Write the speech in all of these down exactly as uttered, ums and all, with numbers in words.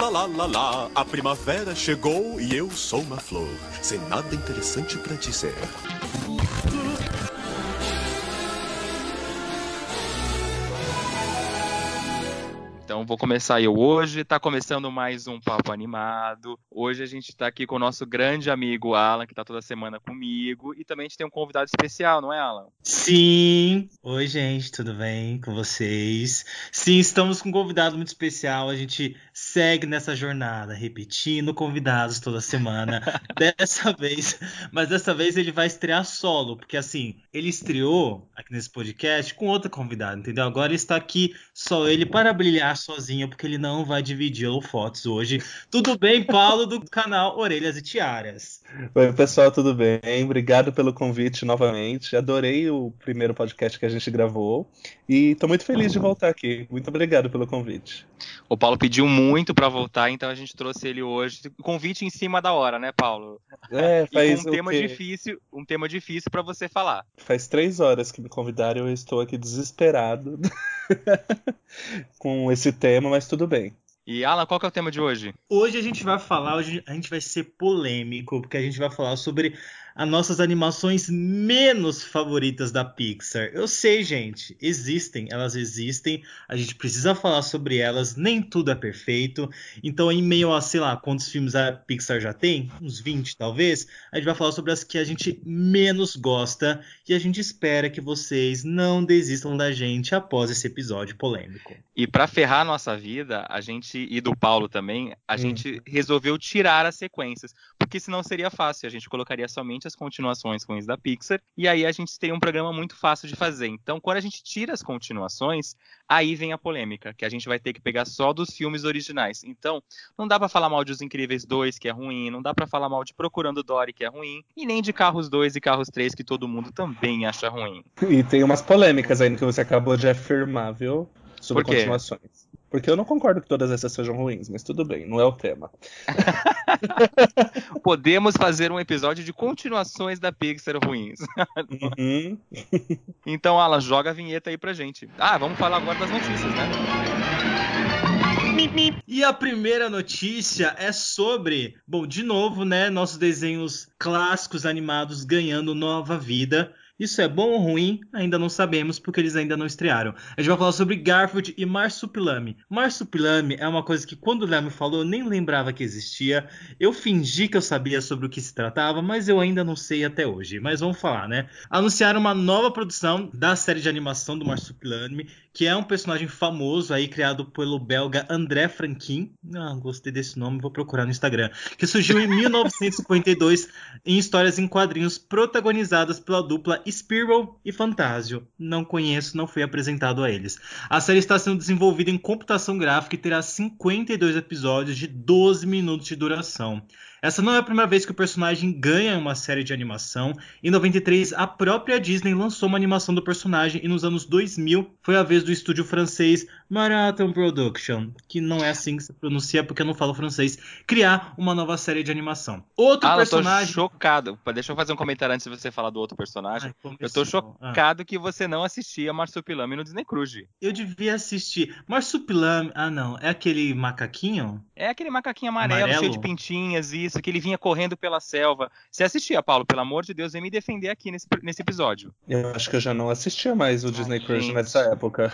lá, lá, lá, a primavera chegou e eu sou uma flor, sem nada interessante pra dizer. Então vou começar eu hoje, tá começando mais um Papo Animado. Hoje a gente tá aqui com o nosso grande amigo Alan, que tá toda semana comigo. E também a gente tem um convidado especial, não é, Alan? Sim! Oi, gente, tudo bem com vocês? Sim, estamos com um convidado muito especial. A gente segue nessa jornada, repetindo convidados toda semana. Dessa vez, mas dessa vez ele vai estrear solo, porque assim, ele estreou aqui nesse podcast com outro convidado, entendeu? Agora ele está aqui só ele para brilhar sozinho, porque ele não vai dividir holofotes hoje. Tudo bem, Paulo, do canal Orelhas e Tiaras? Oi, pessoal, tudo bem? Obrigado pelo convite novamente. Adorei o primeiro podcast que a gente gravou e tô muito feliz de voltar aqui. Muito obrigado pelo convite. O Paulo pediu muito para voltar, então a gente trouxe ele hoje. Convite em cima da hora, né, Paulo? É, faz e com um tema quê? difícil, um tema difícil para você falar. Faz três horas que me convidaram e eu estou aqui desesperado com esse tema, mas tudo bem. E Alan, qual que é o tema de hoje? Hoje a gente vai falar, hoje a gente vai ser polêmico, porque a gente vai falar sobre as nossas animações menos favoritas da Pixar. Eu sei, gente, existem, elas existem, a gente precisa falar sobre elas, nem tudo é perfeito. Então, em meio a, sei lá, quantos filmes a Pixar já tem, uns vinte talvez, a gente vai falar sobre as que a gente menos gosta e a gente espera que vocês não desistam da gente após esse episódio polêmico. E para ferrar a nossa vida, a gente, e do Paulo também, a hum. gente resolveu tirar as sequências, porque senão seria fácil, a gente colocaria somente as continuações ruins da Pixar, e aí a gente teria um programa muito fácil de fazer. Então, quando a gente tira as continuações, aí vem a polêmica, que a gente vai ter que pegar só dos filmes originais. Então, não dá pra falar mal de Os Incríveis dois, que é ruim, não dá pra falar mal de Procurando Dory, que é ruim, e nem de Carros dois e Carros três, que todo mundo também acha ruim. E tem umas polêmicas ainda que você acabou de afirmar, viu? Sobre Por quê? Continuações. Porque eu não concordo que todas essas sejam ruins, mas tudo bem, não é o tema. Podemos fazer um episódio de continuações da Pixar ruins. Uhum. Então, Alan, joga a vinheta aí pra gente. Ah, vamos falar agora das notícias, né? E a primeira notícia é sobre, bom, de novo, né, nossos desenhos clássicos animados ganhando nova vida. Isso é bom ou ruim? Ainda não sabemos, porque eles ainda não estrearam. A gente vai falar sobre Garfield e Marsupilame. Marsupilame é uma coisa que quando o Léo me falou, eu nem lembrava que existia. Eu fingi que eu sabia sobre o que se tratava, mas eu ainda não sei até hoje. Mas vamos falar, né? Anunciaram uma nova produção da série de animação do Marsupilame, que é um personagem famoso aí, criado pelo belga André Franquin. Ah, gostei desse nome, vou procurar no Instagram. Que surgiu em mil novecentos e cinquenta e dois em histórias em quadrinhos protagonizadas pela dupla Spearow e Fantasio. Não conheço, não fui apresentado a eles. A série está sendo desenvolvida em computação gráfica e terá cinquenta e dois episódios de doze minutos de duração. Essa não é a primeira vez que o personagem ganha uma série de animação. Em noventa e três, a própria Disney lançou uma animação do personagem e nos anos dois mil foi a vez do estúdio francês Marathon Production, que não é assim que se pronuncia porque eu não falo francês, criar uma nova série de animação. Outro ah, personagem... eu tô chocado. Deixa eu fazer um comentário antes de você falar do outro personagem. Ai, eu tô chocado ah. que você não assistia Marsupilame no Disney Cruise. Eu devia assistir. Marsupilame... Ah, não. É aquele macaquinho? É aquele macaquinho amarelo, amarelo, cheio de pintinhas, isso, que ele vinha correndo pela selva. Você assistia, Paulo? Pelo amor de Deus, vem me defender aqui nesse, nesse episódio. Eu acho que eu já não assistia mais o Disney Cruise nessa época.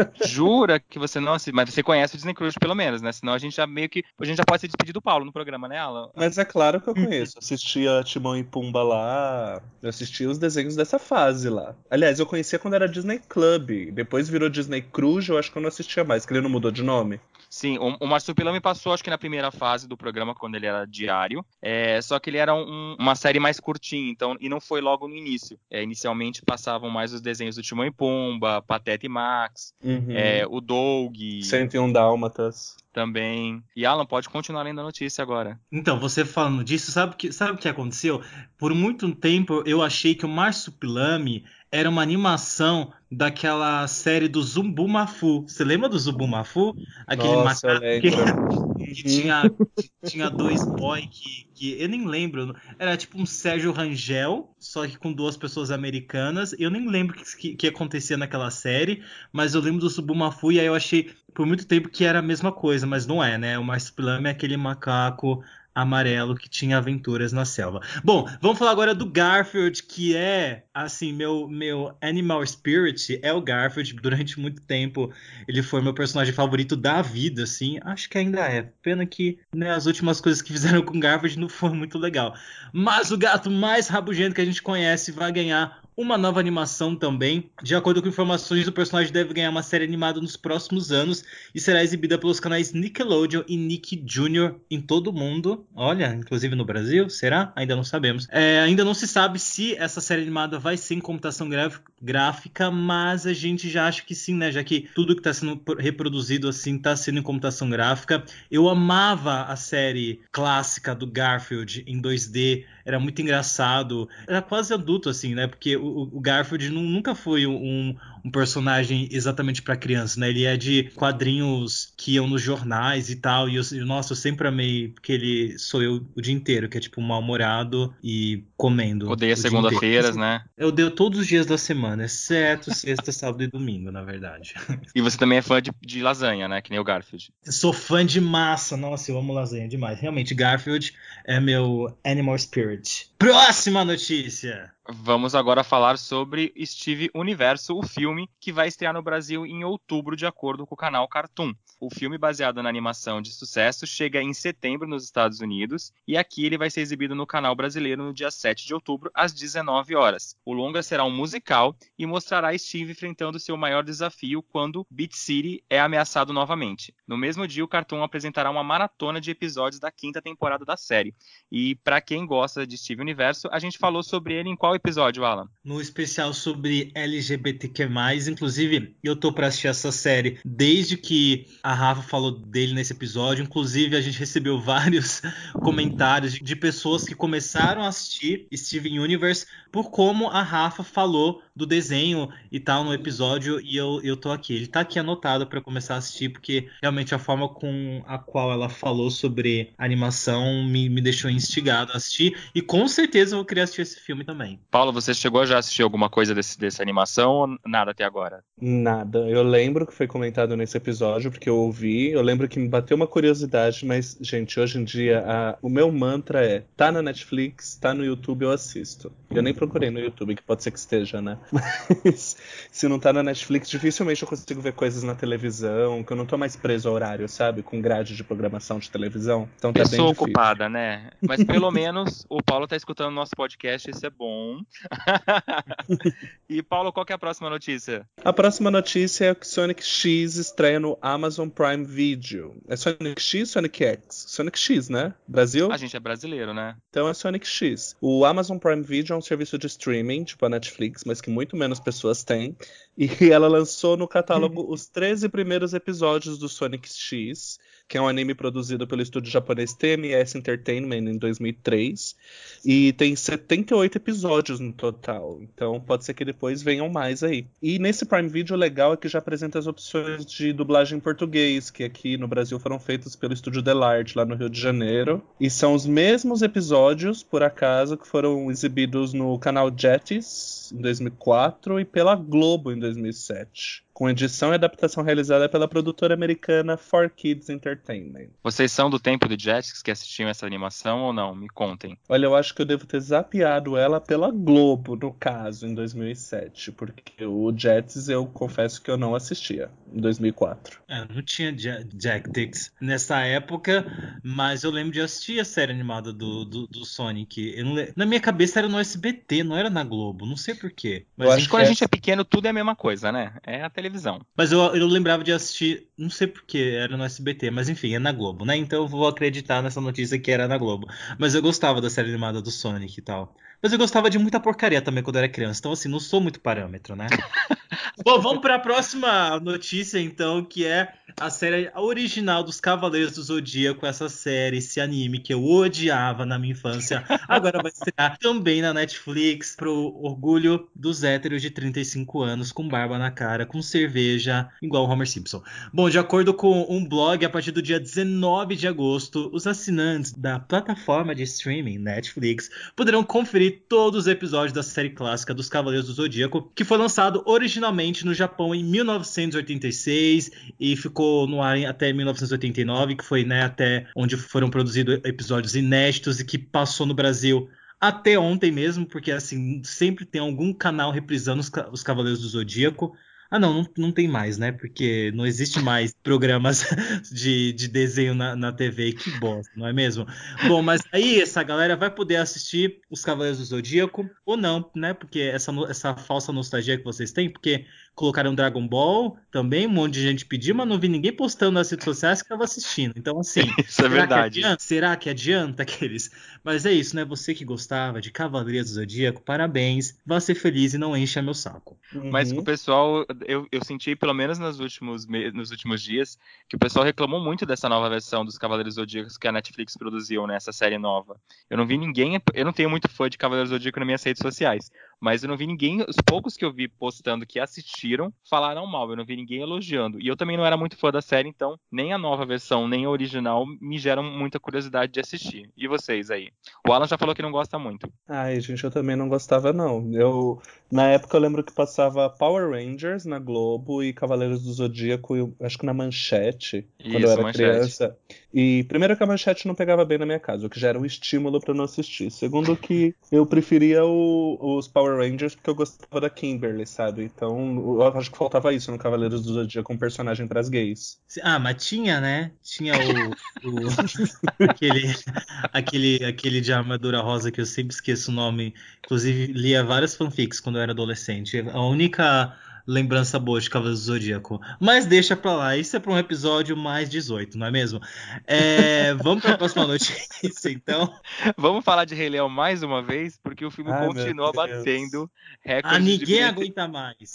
Jura que você não assiste? Mas você conhece o Disney Cruise pelo menos, né? Senão a gente já meio que... A gente já pode se despedir do Paulo no programa, né, Alan? Mas é claro que eu conheço. Assistia Timão e Pumba lá. Eu assistia os desenhos dessa fase lá. Aliás, eu conhecia quando era Disney Club. Depois virou Disney Cruise, eu acho que eu não assistia mais, que ele não mudou de nome. Sim, o, o Marsupilame passou, acho que na primeira fase do programa, quando ele era diário. É, só que ele era um, uma série mais curtinha, então, e não foi logo no início. É, inicialmente passavam mais os desenhos do Timão e Pumba, Pateta e Max, uhum. é, o Doug... cento e um Dálmatas. Também. E Alan, pode continuar lendo a notícia agora. Então, você falando disso, sabe o que, sabe que aconteceu? Por muito tempo eu achei que o Marsupilame era uma animação daquela série do Zumbumafu. Você lembra do Zumbumafu? Aquele Nossa, eu macaco que, lembro. que tinha, que tinha dois boy que, que. Eu nem lembro. Era tipo um Sérgio Rangel, só que com duas pessoas americanas. Eu nem lembro o que, que acontecia naquela série, mas eu lembro do Zumbumafu e aí eu achei por muito tempo que era a mesma coisa, mas não é, né? O Marsupilame é aquele macaco amarelo que tinha aventuras na selva. Bom, vamos falar agora do Garfield, que é, assim, meu, meu animal spirit é o Garfield. Durante muito tempo ele foi meu personagem favorito da vida, assim. Acho que ainda é. Pena que, né, as últimas coisas que fizeram com o Garfield não foram muito legal. Mas o gato mais rabugento que a gente conhece vai ganhar uma nova animação também. De acordo com informações, o personagem deve ganhar uma série animada nos próximos anos e será exibida pelos canais Nickelodeon e Nick Junior em todo o mundo. Olha, inclusive no Brasil, será? Ainda não sabemos. É, ainda não se sabe se essa série animada vai ser em computação gráfica, mas a gente já acha que sim, né? Já que tudo que está sendo reproduzido assim está sendo em computação gráfica. Eu amava a série clássica do Garfield em dois D, era muito engraçado. Era quase adulto, assim, né? Porque o, o Garfield nunca foi um, um personagem exatamente para criança, né? Ele é de quadrinhos que iam nos jornais e tal. E eu, nossa, eu sempre amei porque ele sou eu o dia inteiro, que é tipo mal-humorado e comendo. Odeia o dia segunda-feiras, inteiro. né? Eu odeio todos os dias da semana, exceto sexta, sábado e domingo, na verdade. E você também é fã de, de lasanha, né? Que nem o Garfield. Sou fã de massa. Nossa, eu amo lasanha demais. Realmente, Garfield é meu animal spirit. Próxima notícia! Vamos agora falar sobre Steve Universo, o filme que vai estrear no Brasil em outubro, de acordo com o canal Cartoon. O filme, baseado na animação de sucesso, chega em setembro nos Estados Unidos e aqui ele vai ser exibido no canal brasileiro no dia sete de outubro, às dezenove horas. O longa será um musical e mostrará Steve enfrentando seu maior desafio quando Beat City é ameaçado novamente. No mesmo dia, o Cartoon apresentará uma maratona de episódios da quinta temporada da série. E para quem gosta de Steve Universo, a gente falou sobre ele em qual episódio, Alan? No especial sobre L G B T Q mais, inclusive eu tô pra assistir essa série desde que a Rafa falou dele nesse episódio. Inclusive a gente recebeu vários comentários de, de pessoas que começaram a assistir Steven Universe por como a Rafa falou do desenho e tal no episódio, e eu, eu tô aqui. Ele tá aqui anotado pra começar a assistir, porque realmente a forma com a qual ela falou sobre a animação me, me deixou instigado a assistir, e com certeza eu vou querer assistir esse filme também. Paulo, você chegou a já assistir alguma coisa desse, dessa animação ou nada até agora? Nada. Eu lembro que foi comentado nesse episódio, porque eu ouvi. Eu lembro que me bateu uma curiosidade, mas, gente, hoje em dia a... o meu mantra é: tá na Netflix, tá no YouTube, eu assisto. Eu nem procurei no YouTube, que pode ser que esteja, né? Mas se não tá na Netflix, dificilmente eu consigo ver coisas na televisão, que eu não tô mais preso ao horário, sabe? Com grade de programação de televisão. Então tá Pessoa bem difícil. ocupada, né? Mas pelo menos o Paulo tá escutando nosso podcast, isso é bom. E Paulo, qual que é a próxima notícia? A próxima notícia é que Sonic X estreia no Amazon Prime Video. É Sonic X, Sonic X? Sonic X, né? Brasil? A gente é brasileiro, né? Então é Sonic X. O Amazon Prime Video é um serviço de streaming, tipo a Netflix, mas que muito menos pessoas têm. E ela lançou no catálogo os treze primeiros episódios do Sonic X, que é um anime produzido pelo estúdio japonês T M S Entertainment em dois mil e três. E tem setenta e oito episódios no total. Então pode ser que depois venham mais aí. E nesse Prime Video o legal é que já apresenta as opções de dublagem em português, que aqui no Brasil foram feitas pelo estúdio Delarte, lá no Rio de Janeiro. E são os mesmos episódios, por acaso, que foram exibidos no canal Jetix em dois mil e quatro e pela Globo em dois mil e sete. Com edição e adaptação realizada pela produtora americana four Kids Entertainment. Vocês são do tempo do Jetix que assistiam essa animação ou não? Me contem. Olha, eu acho que eu devo ter zapeado ela pela Globo, no caso, em dois mil e sete. Porque o Jetix eu confesso que eu não assistia, em dois mil e quatro. É, não tinha Jetix nessa época, mas eu lembro de assistir a série animada do, do, do Sonic. Eu não le... Na minha cabeça era no S B T, não era na Globo. Não sei porquê. Mas eu acho que quando a gente é pequeno, tudo é a mesma coisa, né? É a televisão. Mas eu, eu lembrava de assistir, não sei porquê, era no S B T, mas enfim, é na Globo, né? Então eu vou acreditar nessa notícia que era na Globo. Mas eu gostava da série animada do Sonic e tal. Mas eu gostava de muita porcaria também quando eu era criança. Então, assim, não sou muito parâmetro, né? Bom, vamos para a próxima notícia, então, que é a série original dos Cavaleiros do Zodíaco. Essa série, esse anime que eu odiava na minha infância, agora vai estrear também na Netflix, pro orgulho dos héteros de trinta e cinco anos, com barba na cara, com cerveja, igual o Homer Simpson. Bom, de acordo com um blog, a partir do dia dezenove de agosto, os assinantes da plataforma de streaming Netflix poderão conferir todos os episódios da série clássica dos Cavaleiros do Zodíaco, que foi lançado originalmente no Japão em mil novecentos e oitenta e seis e ficou no ar até mil novecentos e oitenta e nove, que foi, né, até onde foram produzidos episódios inéditos, e que passou no Brasil até ontem mesmo, porque assim, sempre tem algum canal reprisando os, os Cavaleiros do Zodíaco. Ah, não, não, não tem mais, né? Porque não existe mais programas de, de desenho na, na T V. Que bosta, não é mesmo? Bom, mas aí essa galera vai poder assistir os Cavaleiros do Zodíaco ou não, né? Porque essa, essa falsa nostalgia que vocês têm, porque colocaram Dragon Ball também, um monte de gente pediu, mas não vi ninguém postando nas redes sociais que estava assistindo. Então, assim, isso é verdade. Que adianta? Será que adianta aqueles? Mas é isso, né? Você que gostava de Cavaleiros do Zodíaco, parabéns, vá ser feliz e não encha meu saco. Mas Uhum. o pessoal, eu, eu senti, pelo menos nos últimos, nos últimos dias, que o pessoal reclamou muito dessa nova versão dos Cavaleiros Zodíacos que a Netflix produziu, nessa série nova. Eu não vi ninguém, eu não tenho muito fã de Cavaleiros Zodíaco nas minhas redes sociais, mas eu não vi ninguém, os poucos que eu vi postando que assistiram, falaram mal, eu não vi ninguém elogiando. E eu também não era muito fã da série, então nem a nova versão, nem a original me geram muita curiosidade de assistir. E vocês aí? O Alan já falou que não gosta muito. Ai, gente, eu também não gostava, não. Eu, na época, eu lembro que passava Power Rangers na Globo e Cavaleiros do Zodíaco, eu acho que na Manchete, quando eu Isso, era Manchete. criança. E primeiro que a Manchete não pegava bem na minha casa, o que já era um estímulo pra não assistir. Segundo que eu preferia o- os Power Rangers porque eu gostava da Kimberly, sabe? Então, eu acho que faltava isso no Cavaleiros do Zodíaco, um personagem pras gays. Ah, mas tinha, né? Tinha o, o- aquele, aquele, aquele de armadura rosa que eu sempre esqueço o nome. Inclusive, lia várias fanfics quando eu era adolescente. A única lembrança boa de Cavaleiros do Zodíaco. Mas deixa pra lá, isso é pra um episódio mais dezoito, não é mesmo? É, vamos pra próxima notícia, então. Vamos falar de Rei Leão mais uma vez, porque o filme Ai, meu continua Deus. batendo Ah, recordes de ninguém bilheteria. aguenta mais.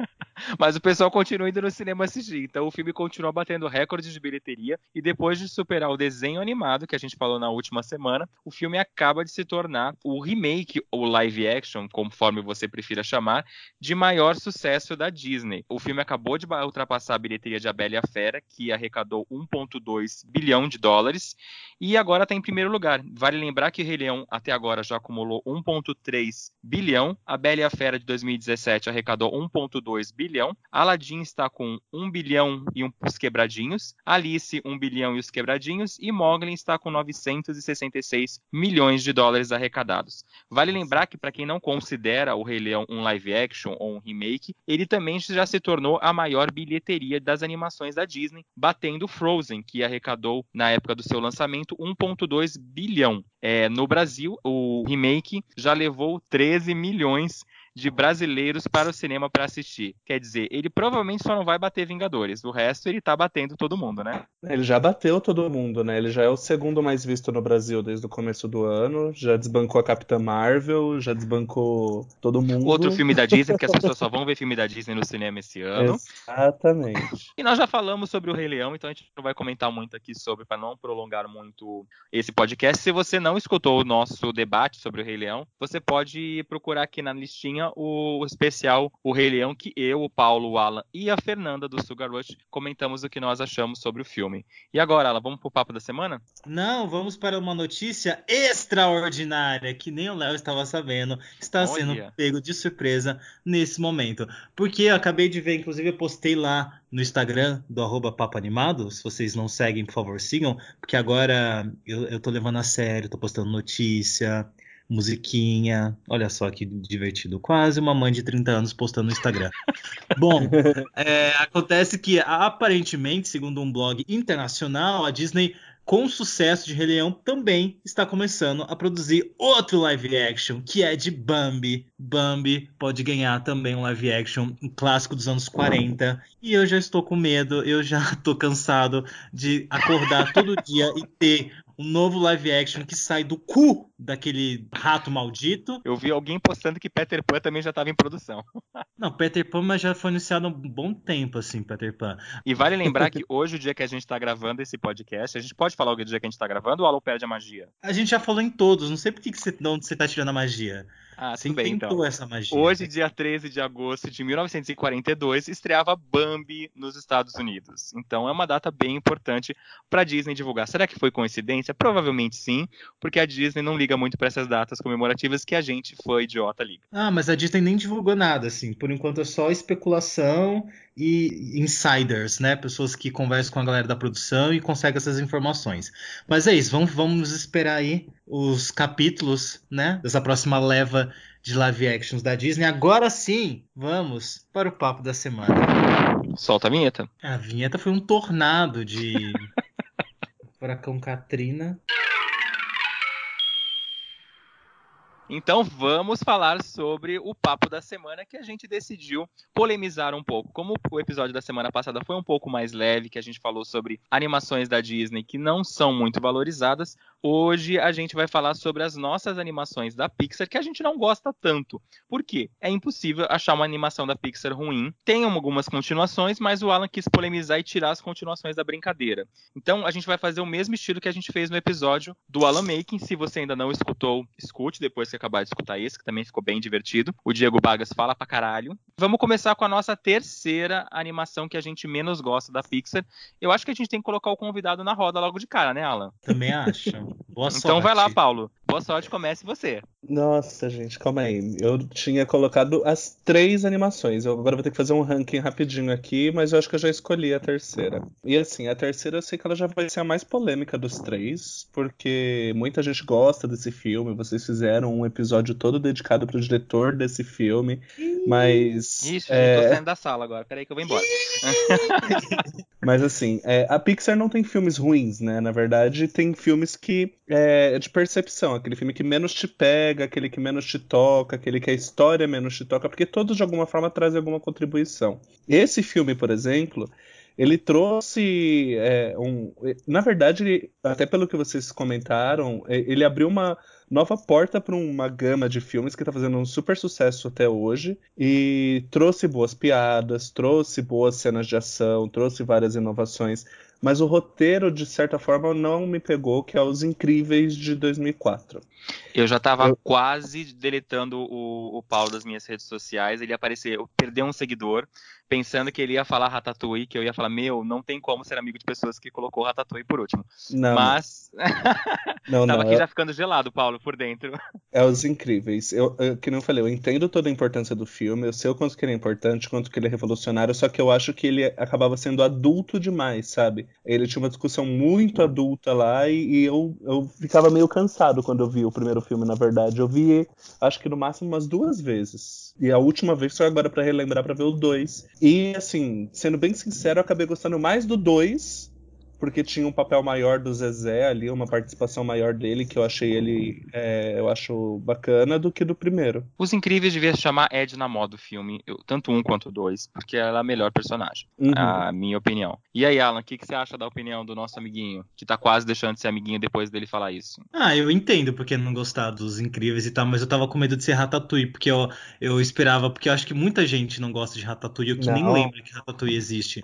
Mas o pessoal continua indo no cinema assistir. Então o filme continua batendo recordes de bilheteria. E depois de superar o desenho animado, que a gente falou na última semana, o filme acaba de se tornar o remake, ou live action, conforme você prefira chamar, de maior sucesso da Disney. O filme acabou de ultrapassar a bilheteria de A Bela e a Fera, que arrecadou um vírgula dois bilhão de dólares. E agora está em primeiro lugar. Vale lembrar que o Rei Leão até agora já acumulou um vírgula três bilhão. A Bela e a Fera de dois mil e dezessete arrecadou um vírgula dois bilhão. Aladdin está com um bilhão e um, os quebradinhos. Alice, um bilhão e os quebradinhos. E Mowgli está com novecentos e sessenta e seis milhões de dólares arrecadados. Vale lembrar que, para quem não considera o Rei Leão um live action ou um remake, ele também já se tornou a maior bilheteria das animações da Disney, batendo Frozen, que arrecadou, na época do seu lançamento, um vírgula dois bilhão. É, no Brasil, o remake já levou treze milhões de brasileiros para o cinema para assistir. Quer dizer, ele provavelmente só não vai bater Vingadores. O resto ele tá batendo todo mundo, né? Ele já bateu todo mundo, né? Ele já é o segundo mais visto no Brasil desde o começo do ano. Já desbancou a Capitã Marvel, já desbancou todo mundo. Outro filme da Disney, porque as pessoas só vão ver filme da Disney no cinema esse ano. Exatamente. E nós já falamos sobre o Rei Leão, então a gente não vai comentar muito aqui sobre, para não prolongar muito esse podcast. Se você não escutou o nosso debate sobre o Rei Leão, você pode procurar aqui na listinha o especial O Rei Leão, que eu, o Paulo, o Alan e a Fernanda do Sugar Rush comentamos o que nós achamos sobre o filme. E agora, Alan, vamos pro papo da semana? Não, vamos para uma notícia extraordinária que nem o Léo estava sabendo. Está Olha. sendo pego de surpresa nesse momento. Porque eu acabei de ver, inclusive eu postei lá no Instagram do arroba Papo Animado. Se vocês não seguem, por favor, sigam. Porque agora eu, eu tô levando a sério, tô postando notícia, musiquinha. Olha só que divertido. Quase uma mãe de trinta anos postando no Instagram. Bom, é, acontece que aparentemente, segundo um blog internacional, a Disney, com o sucesso de Rei Leão, também está começando a produzir outro live action, que é de Bambi. Bambi pode ganhar também um live action, um clássico dos anos quarenta. E eu já estou com medo, eu já estou cansado de acordar todo dia e ter um novo live action que sai do cu daquele rato maldito. Eu vi alguém postando que Peter Pan também já estava em produção. Não, Peter Pan, mas já foi anunciado há um bom tempo, assim, Peter Pan. E vale lembrar que hoje, o dia que a gente tá gravando esse podcast, a gente pode falar o dia que a gente tá gravando ou o Alan perde a magia? A gente já falou em todos, não sei por que que você, de onde você tá tirando a magia. Ah, Você tudo bem, inventou então. essa magia. Hoje, dia treze de agosto de mil novecentos e quarenta e dois, estreava Bambi nos Estados Unidos. Então é uma data bem importante para a Disney divulgar. Será que foi coincidência? Provavelmente sim, porque a Disney não liga muito para essas datas comemorativas que a gente foi idiota liga. Ah, mas a Disney nem divulgou nada, assim. Por enquanto é só especulação e insiders, né? Pessoas que conversam com a galera da produção e conseguem essas informações. Mas é isso, vamos, vamos esperar aí os capítulos, né? Dessa próxima leva de live actions da Disney. Agora sim, vamos para o papo da semana. Solta a vinheta. A vinheta foi um tornado de furacão Katrina. Então vamos falar sobre o papo da semana, que a gente decidiu polemizar um pouco. Como o episódio da semana passada foi um pouco mais leve, que a gente falou sobre animações da Disney que não são muito valorizadas, hoje a gente vai falar sobre as nossas animações da Pixar que a gente não gosta tanto. Por quê? É impossível achar uma animação da Pixar ruim. Tem algumas continuações, mas o Alan quis polemizar e tirar as continuações da brincadeira. Então a gente vai fazer o mesmo estilo que a gente fez no episódio do Alan Making. Se você ainda não escutou, escute depois que acabar de escutar esse, que também ficou bem divertido. O Diego Bagas fala pra caralho. Vamos começar com a nossa terceira animação que a gente menos gosta da Pixar. Eu acho que a gente tem que colocar o convidado na roda logo de cara, né, Alan? Também acho. Boa sorte. Então vai lá, Paulo. Boa sorte, comece você. Nossa, gente, calma aí. Eu tinha colocado as três animações. Eu agora vou ter que fazer um ranking rapidinho aqui, mas eu acho que eu já escolhi a terceira. E assim, a terceira eu sei que ela já vai ser a mais polêmica dos três, porque muita gente gosta desse filme. Vocês fizeram um episódio todo dedicado pro diretor desse filme, mas... Ixi, é... eu tô saindo da sala agora. Peraí que eu vou embora. Mas assim, é, a Pixar não tem filmes ruins, né? Na verdade, tem filmes que é de percepção. Aquele filme que menos te pega, aquele que menos te toca, aquele que a história menos te toca, porque todos de alguma forma trazem alguma contribuição. Esse filme, por exemplo, ele trouxe é, um... Na verdade, ele, até pelo que vocês comentaram, ele abriu uma nova porta para uma gama de filmes que está fazendo um super sucesso até hoje e trouxe boas piadas, trouxe boas cenas de ação, trouxe várias inovações, mas o roteiro, de certa forma, não me pegou, que é Os Incríveis de dois mil e quatro. Eu já tava Eu... quase deletando o, o Paulo das minhas redes sociais, ele apareceu, perdeu um seguidor, pensando que ele ia falar Ratatouille, que eu ia falar, meu, não tem como ser amigo de pessoas que colocou Ratatouille por último. Não, mas não, tava não, aqui eu... já ficando gelado, Paulo, por dentro. É Os Incríveis. Eu, eu, que não falei, eu entendo toda a importância do filme, eu sei o quanto que ele é importante, quanto que ele é revolucionário, só que eu acho que ele acabava sendo adulto demais, sabe? Ele tinha uma discussão muito adulta lá e, e eu, eu ficava meio cansado quando eu vi o primeiro filme, na verdade. Eu vi, acho que no máximo umas duas vezes. E a última vez foi agora pra relembrar pra ver o dois. E, assim, sendo bem sincero, eu acabei gostando mais do dois, porque tinha um papel maior do Zezé ali, uma participação maior dele, que eu achei ele, é, eu acho bacana, do que do primeiro. Os Incríveis devia se chamar Edna Mó do filme, eu, tanto um quanto dois, porque ela é a melhor personagem, Uhum. a minha opinião. E aí, Alan, o que, que você acha da opinião do nosso amiguinho, que tá quase deixando de ser amiguinho depois dele falar isso? Ah, eu entendo porque não gostar dos Incríveis e tal, mas eu tava com medo de ser Ratatouille, porque eu, eu esperava, porque eu acho que muita gente não gosta de Ratatouille, eu que nem Não. lembro que Ratatouille existe,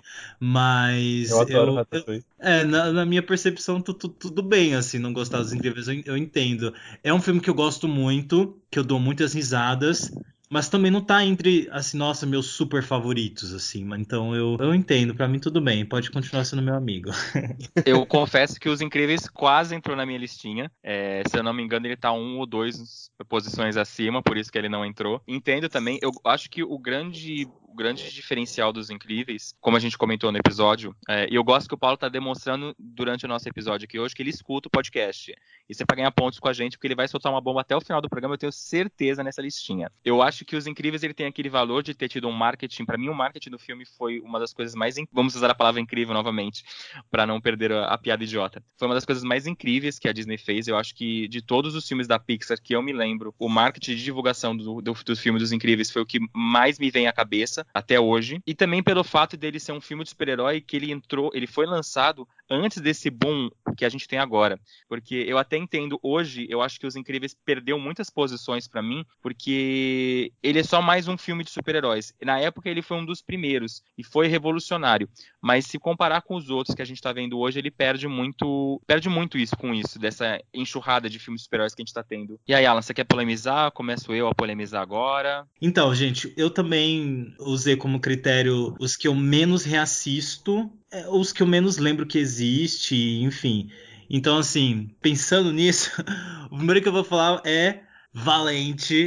mas Eu adoro eu, Ratatouille. É, na, na minha percepção, tu, tu- tudo bem, assim, não gostar dos Incríveis, eu, eu entendo. É um filme que eu gosto muito, que eu dou muitas risadas, mas também não tá entre, assim, nossa, meus super favoritos, assim. Mas então eu, eu entendo, pra mim tudo bem, pode continuar sendo meu amigo. Eu confesso que Os Incríveis quase entrou na minha listinha. É, se eu não me engano, ele tá um ou dois posições acima, por isso que ele não entrou. Entendo também, eu acho que o grande, o grande diferencial dos Incríveis, como a gente comentou no episódio, é, e eu gosto que o Paulo tá demonstrando durante o nosso episódio aqui hoje que ele escuta o podcast. Isso é pra ganhar pontos com a gente, porque ele vai soltar uma bomba até o final do programa, eu tenho certeza nessa listinha. Eu acho que Os Incríveis ele tem aquele valor de ter tido um marketing. Pra mim, o marketing do filme foi uma das coisas mais... In... Vamos usar a palavra incrível novamente, pra não perder a, a piada idiota. Foi uma das coisas mais incríveis que a Disney fez. Eu acho que de todos os filmes da Pixar que eu me lembro, o marketing de divulgação do, do, do filme dos Incríveis foi o que mais me vem à cabeça até hoje. E também pelo fato dele ser um filme de super-herói que ele entrou, ele foi lançado antes desse boom que a gente tem agora. Porque eu até entendo, hoje, eu acho que Os Incríveis perdeu muitas posições pra mim, porque ele é só mais um filme de super-heróis. Na época ele foi um dos primeiros, e foi revolucionário. Mas se comparar com os outros que a gente tá vendo hoje, ele perde muito, perde muito isso com isso, dessa enxurrada de filmes de super-heróis que a gente tá tendo. E aí, Alan, você quer polemizar? Começo eu a polemizar agora. Então, gente, eu também usei como critério os que eu menos reassisto, é, os que eu menos lembro que existe, enfim. Então, assim, pensando nisso, o primeiro que eu vou falar é Valente,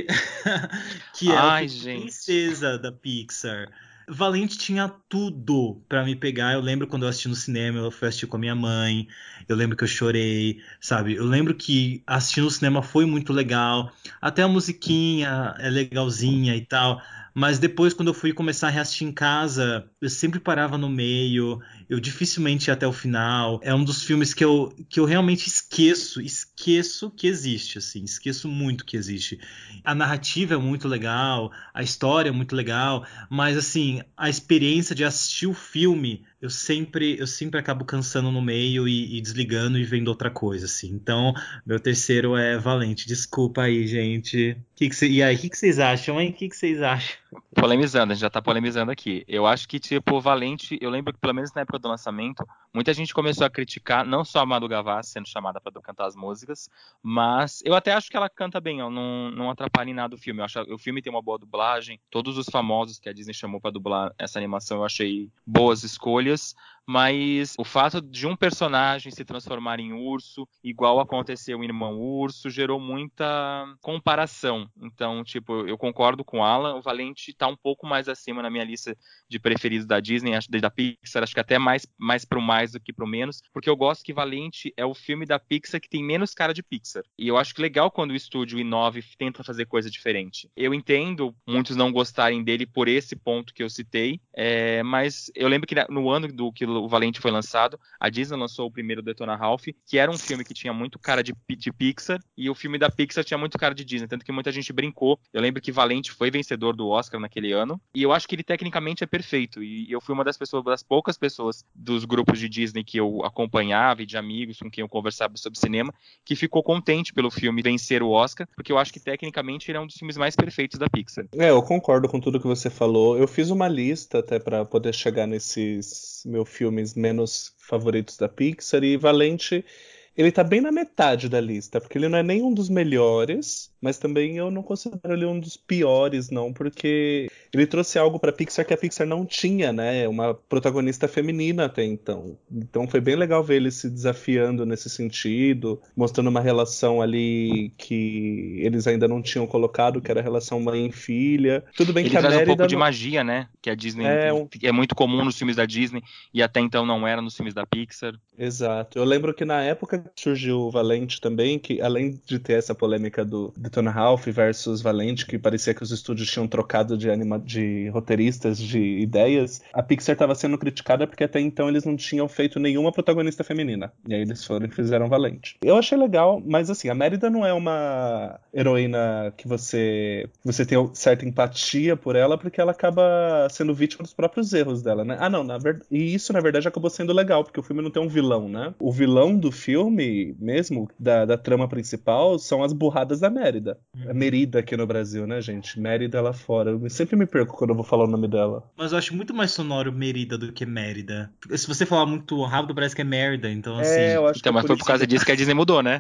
que é o Ai, filme de gente. princesa da Pixar. Valente tinha tudo pra me pegar. Eu lembro quando eu assisti no cinema, eu fui assistir com a minha mãe. Eu lembro que eu chorei, sabe? Eu lembro que assistir no cinema foi muito legal. Até a musiquinha é legalzinha e tal. Mas depois, quando eu fui começar a reassistir em casa, eu sempre parava no meio. Eu dificilmente ia até o final. É um dos filmes que eu, que eu realmente esqueço. Esqueço que existe, assim. Esqueço muito que existe. A narrativa é muito legal. A história é muito legal. Mas, assim, a experiência de assistir o filme, eu sempre, eu sempre acabo cansando no meio e, e desligando e vendo outra coisa, assim. Então, meu terceiro é Valente. Desculpa aí, gente. Que que cê, e aí, o que, que vocês acham, hein? O que, que vocês acham? Polemizando, a gente já tá polemizando aqui. Eu acho que, tipo, Valente, eu lembro que pelo menos na época do lançamento, muita gente começou a criticar, não só a Madu Gavassi sendo chamada pra cantar as músicas, mas eu até acho que ela canta bem, ó, não, não atrapalha em nada o filme. Eu acho, o filme tem uma boa dublagem, todos os famosos que a Disney chamou pra dublar essa animação eu achei boas escolhas, mas o fato de um personagem se transformar em urso, igual aconteceu em Irmão Urso, gerou muita comparação. Então, tipo, eu concordo com o Alan, o Valente tá um pouco mais acima na minha lista de preferidos da Disney, acho da Pixar, acho que até mais, mais pro mais do que pro menos, porque eu gosto que Valente é o filme da Pixar que tem menos cara de Pixar. E eu acho que legal quando o estúdio inova e tenta fazer coisa diferente. Eu entendo muitos não gostarem dele por esse ponto que eu citei, é, mas eu lembro que no ano do que o Valente foi lançado, a Disney lançou o primeiro Detona Ralph, que era um filme que tinha muito cara de, de Pixar, e o filme da Pixar tinha muito cara de Disney, tanto que muita gente brincou. Eu lembro que Valente foi vencedor do Oscar naquele ano, e eu acho que ele tecnicamente é perfeito, e eu fui uma das pessoas, das poucas pessoas dos grupos de Disney que eu acompanhava e de amigos com quem eu conversava sobre cinema, que ficou contente pelo filme vencer o Oscar, porque eu acho que tecnicamente ele é um dos filmes mais perfeitos da Pixar. É, eu concordo com tudo que você falou. Eu fiz uma lista até pra poder chegar nesses meus filmes menos favoritos da Pixar, e Valente, ele tá bem na metade da lista, porque ele não é nem um dos melhores, mas também eu não considero ele um dos piores, não, porque ele trouxe algo pra Pixar que a Pixar não tinha, né? Uma protagonista feminina até então. Então foi bem legal ver ele se desafiando nesse sentido, mostrando uma relação ali que eles ainda não tinham colocado, que era a relação mãe e filha. Tudo bem Ele que a traz um Mérida pouco de não... magia, né? Que a Disney É, um... é muito comum nos filmes da Disney e até então não era nos filmes da Pixar. Exato. Eu lembro que na época que surgiu o Valente também, que além de ter essa polêmica do Detona Ralph versus Valente, que parecia que os estúdios tinham trocado de, anima... de roteiristas, de ideias, a Pixar estava sendo criticada porque até então eles não tinham feito nenhuma protagonista feminina. E aí eles foram e fizeram Valente. Eu achei legal, mas assim, a Mérida não é uma heroína que você, você tem certa empatia por ela, porque ela acaba sendo vítima dos próprios erros dela, né? Ah, não, na verdade... E isso, na verdade, acabou sendo legal, porque o filme não tem um vilão, né? O vilão do filme, mesmo, da, da trama principal, são as burradas da Mérida. Uhum. A Merida aqui no Brasil, né, gente? Mérida lá fora. Eu sempre me perco quando eu vou falar o nome dela. Mas eu acho muito mais sonoro Merida do que Mérida. Se você falar muito rápido, parece que é merda. Então, assim. É, eu acho Então, que é mas por foi isso por causa que... disso que a Disney mudou, né?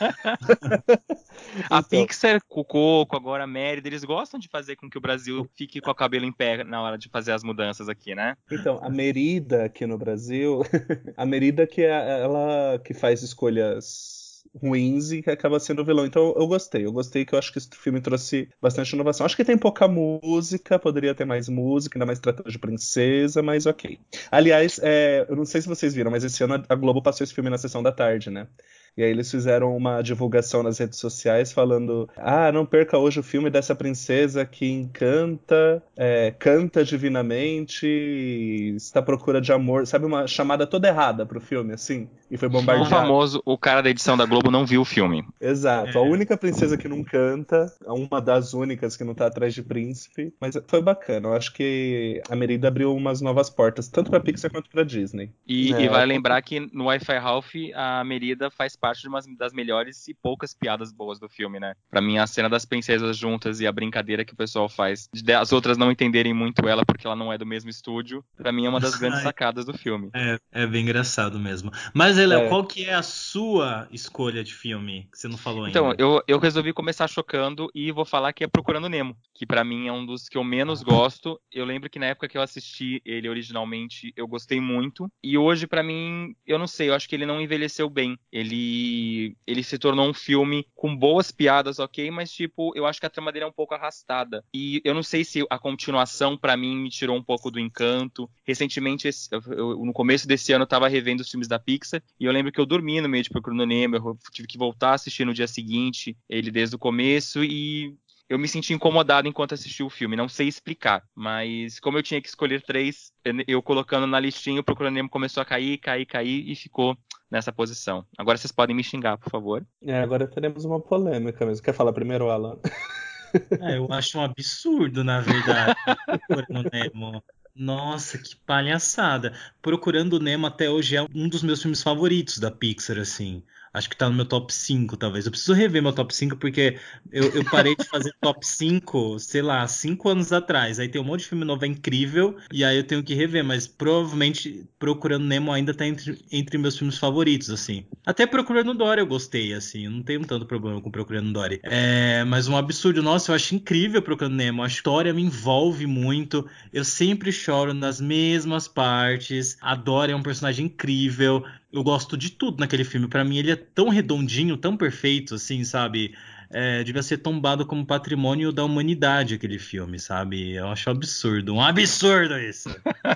A Então. Pixar, com o Coco, agora a Mérida, eles gostam de fazer com que o Brasil fique com o cabelo em pé na hora de fazer as mudanças aqui, né? Então, a Merida aqui no Brasil, a Merida que é ela que faz escolhas ruins e que acaba sendo vilão. Então eu gostei, eu gostei que eu acho que esse filme trouxe bastante inovação. Acho que tem pouca música, poderia ter mais música, ainda mais tratando de princesa, mas ok. Aliás, é, eu não sei se vocês viram, mas esse ano a Globo passou esse filme na sessão da tarde, né? E aí eles fizeram uma divulgação nas redes sociais falando: ah, não perca hoje o filme dessa princesa que encanta, é, canta divinamente, está à procura de amor. Sabe, uma chamada toda errada pro filme, assim? E foi O bombardeado. famoso, o cara da edição da Globo não viu o filme. Exato, É. a única princesa que não canta, uma das únicas que não tá atrás de príncipe. Mas foi bacana, eu acho que a Merida abriu umas novas portas, tanto pra Pixar quanto pra Disney. E, É, e vale lembrar que no Wi-Fi Ralph, a Merida faz parte de uma das melhores e poucas piadas boas do filme, né? Pra mim, a cena das princesas juntas e a brincadeira que o pessoal faz, de as outras não entenderem muito ela porque ela não é do mesmo estúdio, pra mim é uma das grandes Ai. sacadas do filme. É, é bem engraçado mesmo. Mas, aí, Léo, É. qual que é a sua escolha de filme que você não falou ainda? Então, eu, eu resolvi começar chocando e vou falar que é Procurando Nemo, que pra mim é um dos que eu menos gosto. Eu lembro que na época que eu assisti ele originalmente, eu gostei muito. E hoje, pra mim, eu não sei, eu acho que ele não envelheceu bem. Ele, ele se tornou um filme com boas piadas, ok, mas tipo, eu acho que a trama dele é um pouco arrastada. E eu não sei se a continuação, pra mim, me tirou um pouco do encanto. Recentemente, esse- eu- eu- no começo desse ano, eu tava revendo os filmes da Pixar, e eu lembro que eu dormi no meio de Procurando Nemo, eu tive que voltar a assistir no dia seguinte, ele desde o começo, e eu me senti incomodado enquanto assisti o filme. Não sei explicar, mas como eu tinha que escolher três, eu- eu colocando na listinha, o Procurando Nemo começou a cair, cair, cair, e ficou nessa posição. Agora vocês podem me xingar, por favor. É, agora teremos uma polêmica mesmo. Quer falar primeiro, Alan? É, eu acho um absurdo, na verdade, Procurando Nemo. Nossa, que palhaçada. Procurando Nemo até hoje é um dos meus filmes favoritos da Pixar, assim. Acho que tá no meu top cinco, talvez. Eu preciso rever meu top cinco porque eu, eu parei de fazer top cinco, sei lá, cinco anos atrás. Aí tem um monte de filme novo, é incrível, e aí eu tenho que rever, mas provavelmente Procurando Nemo ainda tá entre, entre meus filmes favoritos, assim. Até Procurando Dory eu gostei, assim. Eu não tenho tanto problema com Procurando Dory. É, mas um absurdo. Nossa, eu acho incrível Procurando Nemo. A história me envolve muito. Eu sempre choro nas mesmas partes. A Dory é um personagem incrível. Eu gosto de tudo naquele filme. Pra mim, ele é tão redondinho, tão perfeito, assim, sabe? É, devia ser tombado como patrimônio da humanidade aquele filme, sabe? Eu acho absurdo. Um absurdo isso!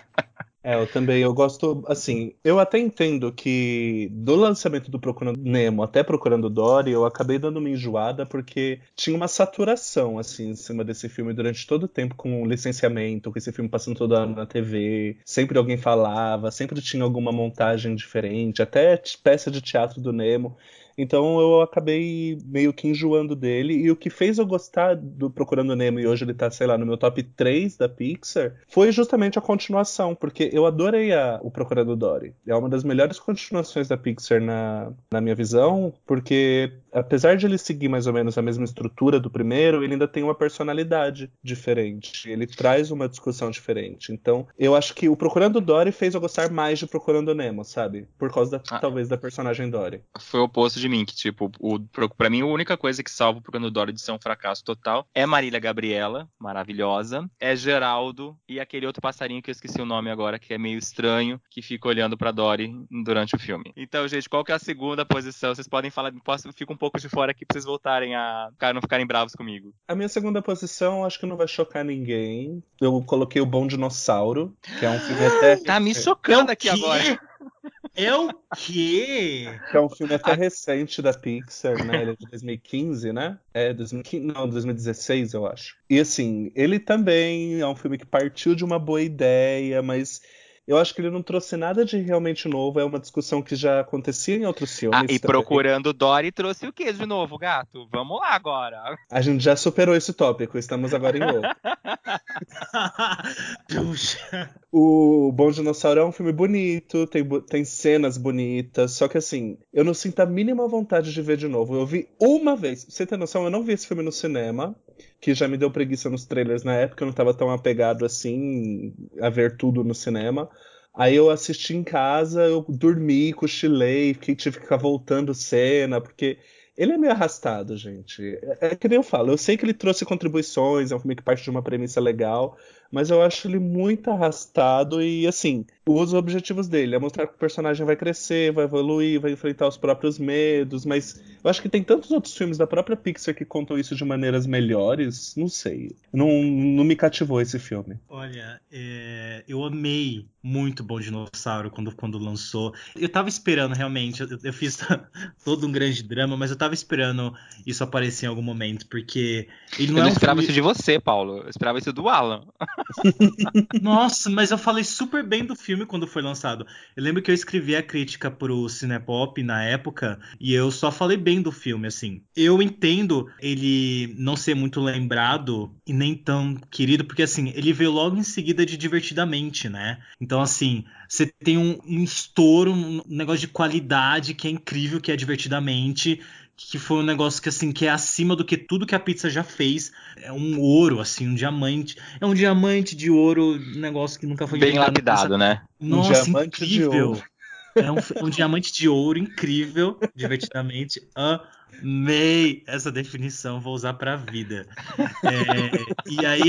É, eu também, eu gosto, assim, eu até entendo que do lançamento do Procurando Nemo até Procurando Dory, eu acabei dando uma enjoada porque tinha uma saturação, assim, em cima desse filme durante todo o tempo com licenciamento, com esse filme passando todo ano na T V, sempre alguém falava, sempre tinha alguma montagem diferente, até t- peça de teatro do Nemo. Então eu acabei meio que enjoando dele. E o que fez eu gostar do Procurando Nemo, e hoje ele tá, sei lá, no meu top três da Pixar, foi justamente a continuação, porque eu adorei a- o Procurando Dory. É uma das melhores continuações da Pixar na, na minha visão, porque apesar de ele seguir mais ou menos a mesma estrutura do primeiro, ele ainda tem uma personalidade diferente. Ele traz uma discussão diferente. Então, eu acho que o Procurando Dory fez eu gostar mais de Procurando Nemo, sabe? Por causa da- Ah. talvez da personagem Dory. Foi o oposto de mim, que tipo, o, pro- pra mim a única coisa que salva o Procurando Dory de ser um fracasso total é Marília Gabriela, maravilhosa, é Geraldo e aquele outro passarinho que eu esqueci o nome agora, que é meio estranho, que fica olhando pra Dory durante o filme. Então, gente, qual que é a segunda posição? Vocês podem falar, posso, fico um pouco de fora aqui pra vocês voltarem a ficar- não ficarem bravos comigo. A minha segunda posição, acho que não vai chocar ninguém. Eu coloquei o Bom Dinossauro, que é um filme até. Tá me É chocando o aqui quê? agora. É o quê? Que é um filme até A- recente da Pixar, né? Ele é de dois mil e quinze, né? É, dois mil e quinze, não, dois mil e dezesseis, eu acho. E assim, ele também é um filme que partiu de uma boa ideia, mas eu acho que ele não trouxe nada de realmente novo. É uma discussão que já acontecia em outros Ah, filmes e também. Procurando Dory trouxe o que de novo, gato? Vamos lá agora. A gente já superou esse tópico, estamos agora em outro. Puxa. O Bom Dinossauro é um filme bonito, tem, bo- tem cenas bonitas, só que assim, eu não sinto a mínima vontade de ver de novo. Eu vi uma vez, pra você ter noção, eu não vi esse filme no cinema, que já me deu preguiça nos trailers na época, eu não tava tão apegado assim a ver tudo no cinema. Aí eu assisti em casa, eu dormi, cochilei, fiquei, tive que ficar voltando cena, porque ele é meio arrastado, gente. É, é que nem eu falo, eu sei que ele trouxe contribuições, é um filme que parte de uma premissa legal, mas eu acho ele muito arrastado e, assim, os objetivos dele é mostrar que o personagem vai crescer, vai evoluir, vai enfrentar os próprios medos, mas eu acho que tem tantos outros filmes da própria Pixar que contam isso de maneiras melhores, não sei. Não, não me cativou esse filme. Olha, é, eu amei muito Bom Dinossauro quando, quando lançou. Eu tava esperando, realmente, eu, eu fiz todo um grande drama, mas eu tava esperando isso aparecer em algum momento, porque ele não Eu é não um esperava filme... isso de você, Paulo. Eu esperava isso do Alan. Nossa, mas eu falei super bem do filme quando foi lançado. Eu lembro que eu escrevi a crítica pro Cinepop na época e eu só falei bem do filme, assim. Eu entendo ele não ser muito lembrado e nem tão querido, porque assim, ele veio logo em seguida de Divertidamente, né? Então, assim, você tem um, um estouro, um negócio de qualidade que é incrível, que é Divertidamente, que foi um negócio que assim que é acima do que tudo que a Pixar já fez. É um ouro, assim, um diamante. É um diamante de ouro, um negócio que nunca foi Bem inventado nessa. lapidado, né? Um Nossa, diamante de ouro. incrível! É um, um diamante de ouro incrível, Divertidamente. Amei essa definição, vou usar pra vida. É, e aí,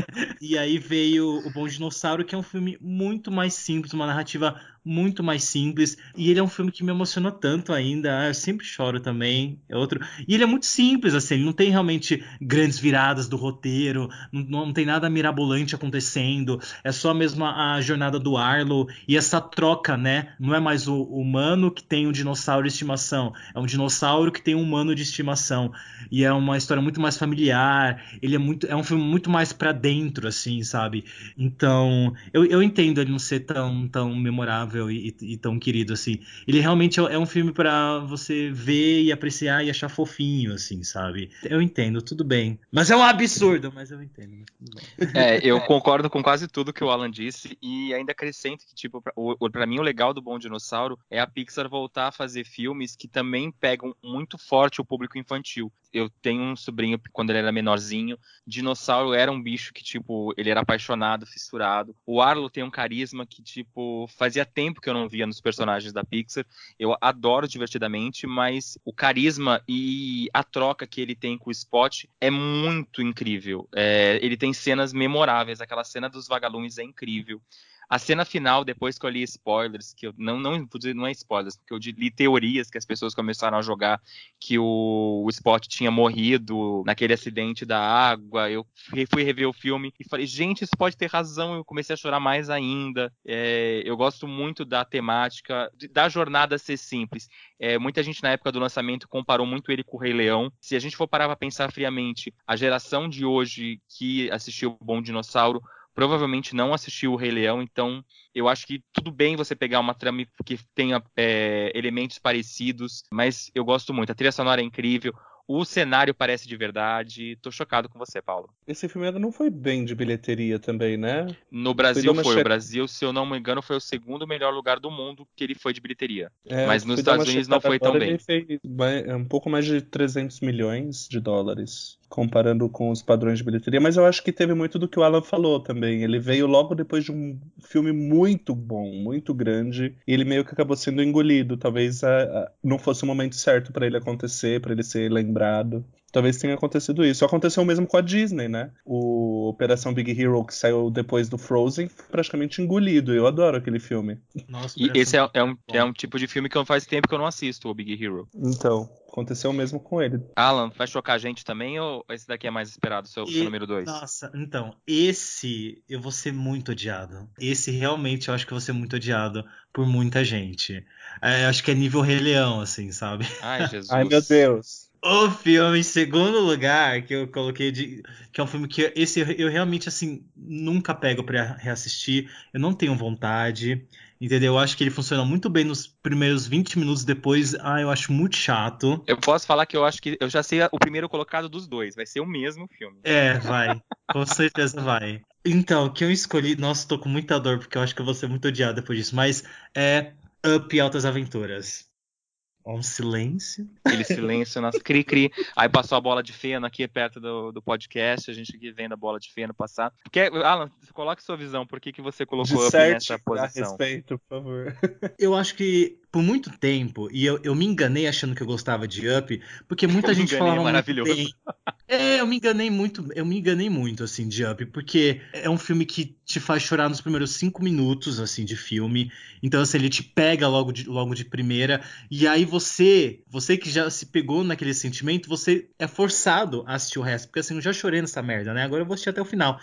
e aí veio O Bom Dinossauro, que é um filme muito mais simples, uma narrativa muito mais simples. E ele é um filme que me emocionou tanto ainda. Ah, eu sempre choro também. É outro. E ele é muito simples, assim, ele não tem realmente grandes viradas do roteiro, não, não tem nada mirabolante acontecendo. É só mesmo a, a jornada do Arlo e essa troca, né? Não é mais o humano que tem um dinossauro de estimação, é um dinossauro que tem um humano de estimação. E é uma história muito mais familiar. Ele é muito, é um filme muito mais pra dentro, assim, sabe? Então, eu, eu entendo ele não ser tão, tão memorável e, e tão querido, assim. Ele realmente é, é um filme pra você ver e apreciar e achar fofinho, assim, sabe? Eu entendo, tudo bem. Mas é um absurdo, mas eu entendo, mas tudo bem. É, eu concordo com quase tudo que o Alan disse e ainda acrescento que, tipo, pra, o, pra mim o legal do Bom Dinossauro é a Pixar voltar a fazer filmes que também pegam muito forte o público infantil. Eu tenho um sobrinho, quando ele era menorzinho, dinossauro era um bicho que, tipo, ele era apaixonado, fissurado. O Arlo tem um carisma que, tipo, fazia tempo que eu não via nos personagens da Pixar. Eu adoro Divertidamente, mas o carisma e a troca que ele tem com o Spot é muito incrível. É, ele tem cenas memoráveis, aquela cena dos vagalumes é incrível. A cena final, depois que eu li spoilers, que eu não, não, não é spoilers, porque eu li teorias que as pessoas começaram a jogar que o, o Spot tinha morrido naquele acidente da água. Eu fui rever o filme e falei, gente, isso pode ter razão. Eu comecei a chorar mais ainda. É, eu gosto muito da temática, da jornada ser simples. É, muita gente na época do lançamento comparou muito ele com o Rei Leão. Se a gente for parar para pensar friamente, a geração de hoje que assistiu o Bom Dinossauro provavelmente não assistiu o Rei Leão, então eu acho que tudo bem você pegar uma trama que tenha é, elementos parecidos, mas eu gosto muito. A trilha sonora é incrível, o cenário parece de verdade. Tô chocado com você, Paulo. Esse filme ainda não foi bem de bilheteria também, né? No Fui Brasil dar uma foi. O che- Brasil, se eu não me engano, foi o segundo melhor lugar do mundo que ele foi de bilheteria. É, eu Mas nos fui dar uma Estados Unidos não checada foi tão agora, bem. ele fez mai- um pouco mais de trezentos milhões de dólares, comparando com os padrões de bilheteria, mas eu acho que teve muito do que o Alan falou também. Ele veio logo depois de um filme muito bom, muito grande, e ele meio que acabou sendo engolido. Talvez a- a- não fosse o momento certo para ele acontecer, para ele ser lembrado. Talvez tenha acontecido isso. Aconteceu o mesmo com a Disney, né? O Operação Big Hero, que saiu depois do Frozen, foi praticamente engolido. Eu adoro aquele filme. Nossa, E Operação esse é, é um, muito é bom. um tipo de filme que eu faz tempo que eu não assisto, o Big Hero. Então, aconteceu o mesmo com ele. Alan, vai chocar a gente também ou esse daqui é mais esperado, seu, seu E, número dois? nossa, então, esse eu vou ser muito odiado. Esse realmente eu acho que eu vou ser muito odiado por muita gente. É, eu acho que é nível Rei Leão, assim, sabe? Ai, Ai, meu Jesus. Deus. O filme em segundo lugar que eu coloquei de, que é um filme que esse eu, eu realmente assim nunca pego pra reassistir. Eu não tenho vontade, entendeu? Eu acho que ele funciona muito bem nos primeiros vinte minutos, depois, ah, eu acho muito chato. Eu posso falar que eu acho que eu já sei o primeiro colocado dos dois. Vai ser o mesmo filme. É, vai. Com certeza vai. Então, o que eu escolhi, nossa, tô com muita dor porque eu acho que eu vou ser muito odiado depois disso, mas é Up e Altas Aventuras. Um silêncio. Aquele silêncio nas cri-cri. Aí passou a bola de feno aqui perto do, do podcast. A gente aqui vendo a bola de feno passar. Porque, Alan, coloque sua visão. Por que, que você colocou Up Disserte nessa a posição? respeito, por favor. Eu acho que por muito tempo, e eu, eu me enganei achando que eu gostava de Up, porque muita Eu me gente enganei, falava muito maravilhoso. bem. É, eu me enganei muito, eu me enganei muito, assim, de Up, porque é um filme que te faz chorar nos primeiros cinco minutos, assim, de filme. Então, assim, ele te pega logo de, logo de primeira, e aí você, você que já se pegou naquele sentimento, você é forçado a assistir o resto, porque assim, eu já chorei nessa merda, né? Agora eu vou assistir até o final.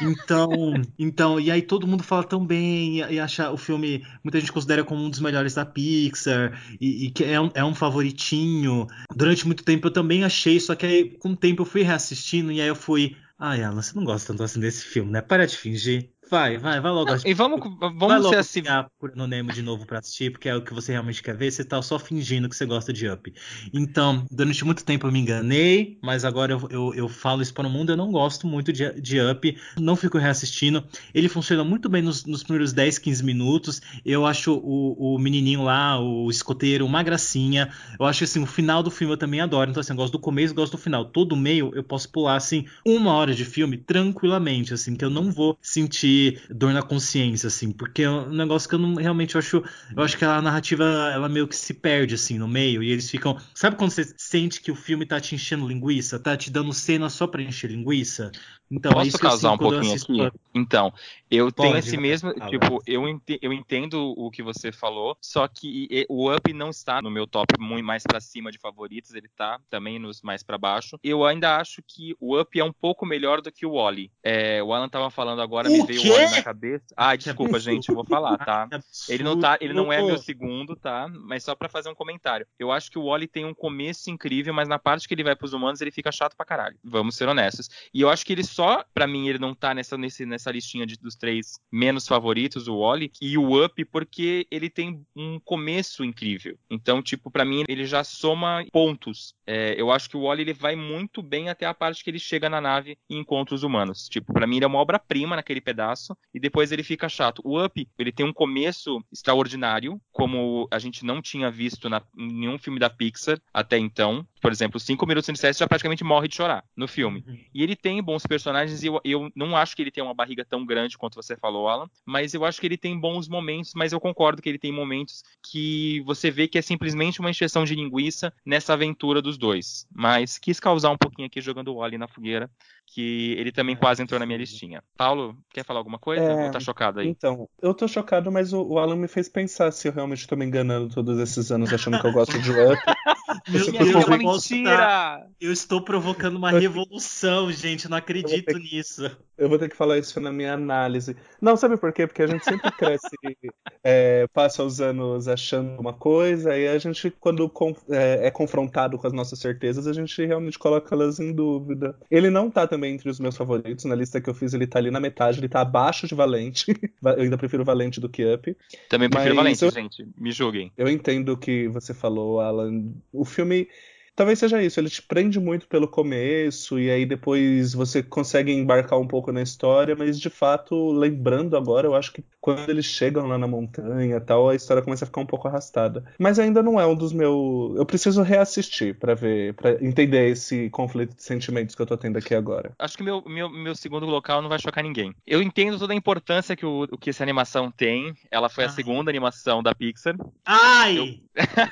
Então, então, e aí todo mundo fala tão bem, e, e acha o filme, muita gente considera como um dos melhores da Pixar, e, e que é um, é um favoritinho. Durante muito tempo eu também achei, só que aí com o tempo eu fui reassistindo e aí eu fui. Ai, Alan, você não gosta tanto assim desse filme, né? Para de fingir. Vai, vai, vai logo. Não, e vamos, Vai vamos ser logo assim. pegar Procurando Nemo de novo pra assistir, porque é o que você realmente quer ver. Você tá só fingindo que você gosta de Up. Então, durante muito tempo eu me enganei, mas agora eu, eu, eu falo isso para o mundo. Eu não gosto muito de, de Up, não fico reassistindo. Ele funciona muito bem nos, nos primeiros dez, quinze minutos. Eu acho o, o menininho lá, o escoteiro, uma gracinha. Eu acho assim, o final do filme eu também adoro. Então, assim, eu gosto do começo, gosto do final. Todo meio eu posso pular, assim, uma hora de filme tranquilamente, assim, que eu não vou sentir dor na consciência, assim, porque é um negócio que eu não realmente eu acho. Eu acho que a narrativa, ela meio que se perde, assim, no meio, e eles ficam. Sabe quando você sente que o filme tá te enchendo linguiça? Tá te dando cena só pra encher linguiça? Então, é Posso isso que eu causar sinto um quando eu pouquinho assisto aqui? Up. Então, eu tenho Pode, esse vai, mesmo, fala. tipo, eu, ente- eu entendo o que você falou, só que e- o Up não está no meu top muito mais pra cima de favoritos, ele tá também nos mais pra baixo. Eu ainda acho que o Up é um pouco melhor do que o Wall-E. É, o Alan tava falando agora, me O veio o quê? Wall-E na cabeça. Ah, Que desculpa, absurdo. gente, eu vou falar, Ai, tá? que Ele não tá, ele não é meu absurdo. segundo, tá? Mas só pra fazer um comentário. Eu acho que o Wall-E tem um começo incrível, mas na parte que ele vai pros humanos, ele fica chato pra caralho. Vamos ser honestos. E eu acho que ele só, pra mim, ele não tá nessa, nesse, nessa listinha de, dos três menos favoritos, o Wall-E e o Up, porque ele tem um começo incrível. Então, tipo, pra mim, ele já soma pontos. É, eu acho que o Wall-E, ele vai muito bem até a parte que ele chega na nave e encontra os humanos. Tipo, pra mim, ele é uma obra-prima naquele pedaço e depois ele fica chato. O Up, ele tem um começo extraordinário, como a gente não tinha visto na, em nenhum filme da Pixar até então. Por exemplo, cinco minutos de série já praticamente morre de chorar no filme. Uhum. E ele tem bons personagens e eu, eu não acho que ele tem uma barriga tão grande quanto você falou, Alan, mas eu acho que ele tem bons momentos, mas eu concordo que ele tem momentos que você vê que é simplesmente uma encheção de linguiça nessa aventura dos dois. Mas quis causar um pouquinho aqui jogando o Wall-E na fogueira, que ele também Ai, quase que entrou na minha absurdo. listinha. Paulo, quer falar alguma coisa? Ou É, tá chocado aí? então, eu tô chocado, mas o, o Alan me fez pensar se eu realmente tô me enganando todos esses anos achando que eu gosto de Up. Meu Se Minha eu gente, for é uma Deus, eu ver, posso estar. mentira! Eu estou provocando uma eu revolução, gente. Eu não vou ter acredito que, nisso. eu vou ter que falar isso na minha análise. Não, sabe por quê? Porque a gente sempre cresce, é, passa os anos achando uma coisa, e a gente, quando con- é, é confrontado com as nossas certezas, a gente realmente coloca elas em dúvida. Ele não tá também entre os meus favoritos. Na lista que eu fiz, ele tá ali na metade, ele tá abaixo de Valente. Eu ainda prefiro Valente do que Up. Também prefiro Mas Valente, eu gente. Me julguem. Eu entendo o que você falou, Alan. O filme talvez seja isso, ele te prende muito pelo começo, e aí depois você consegue embarcar um pouco na história, mas de fato, lembrando agora, eu acho que quando eles chegam lá na montanha e tal, a história começa a ficar um pouco arrastada. Mas ainda não é um dos meus. Eu preciso reassistir pra ver, para entender esse conflito de sentimentos que eu tô tendo aqui agora. Acho que meu, meu, meu segundo local não vai chocar ninguém. Eu entendo toda a importância que, o, o que essa animação tem. Ela foi a Ai. segunda animação da Pixar. Eu, Ai!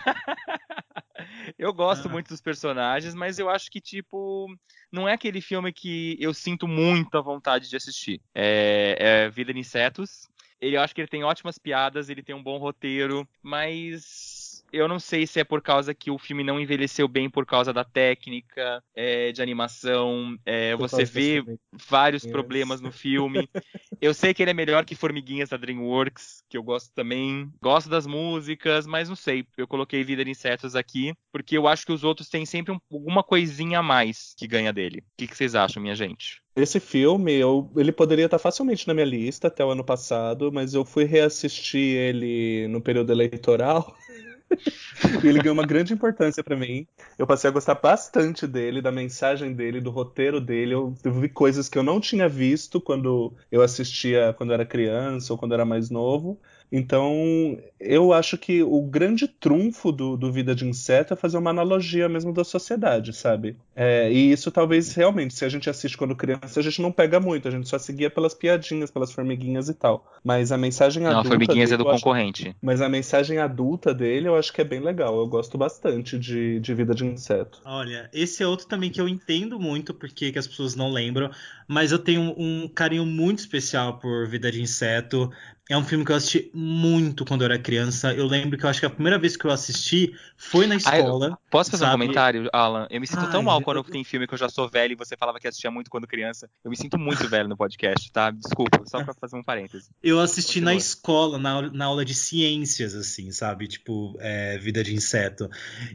eu gosto Ah, muito dos personagens, mas eu acho que, tipo, não é aquele filme que eu sinto muita vontade de assistir. É, é Vida de Insetos. Ele, eu acho que ele tem ótimas piadas, ele tem um bom roteiro, mas eu não sei se é por causa que o filme não envelheceu bem por causa da técnica é, de animação. É, Por você causa das vê vários formiguinhas. problemas no filme. Eu sei que ele é melhor que Formiguinhas da DreamWorks, que eu gosto também. Gosto das músicas, mas não sei. Eu coloquei Vida de Insetos aqui, porque eu acho que os outros têm sempre um- alguma coisinha a mais que ganha dele. O que, que vocês acham, minha gente? Esse filme, eu, ele poderia estar facilmente na minha lista até o ano passado, mas eu fui reassistir ele no período eleitoral. E ele ganhou uma grande importância pra mim. Eu passei a gostar bastante dele, da mensagem dele, do roteiro dele. Eu, eu vi coisas que eu não tinha visto quando eu assistia quando eu era criança ou quando eu era mais novo. Então, eu acho que o grande trunfo do, do Vida de Inseto é fazer uma analogia mesmo da sociedade, sabe? É, e isso talvez realmente, se a gente assiste quando criança, a gente não pega muito, a gente só seguia pelas piadinhas, pelas formiguinhas e tal. Mas a mensagem Não, adulta Formiguinhas dele, é do eu acho- concorrente. mas a mensagem adulta dele eu acho que é bem legal. Eu gosto bastante de, de Vida de Inseto. Olha, esse é outro também que eu entendo muito porque que as pessoas não lembram, mas eu tenho um carinho muito especial por Vida de Inseto. É um filme que eu assisti muito quando eu era criança. Eu lembro que eu acho que a primeira vez que eu assisti foi na Ah, eu- escola, Posso fazer um sabe? comentário, Alan? Eu me sinto tão Ai, mal quando eu- tem filme que eu já sou velho e você falava que assistia muito quando criança. Eu me sinto muito velho no podcast, tá? Desculpa, só pra fazer um parêntese. Eu assisti na Continua. escola, na, aula- na aula de ciências, assim, sabe? Tipo, é, Vida de Inseto.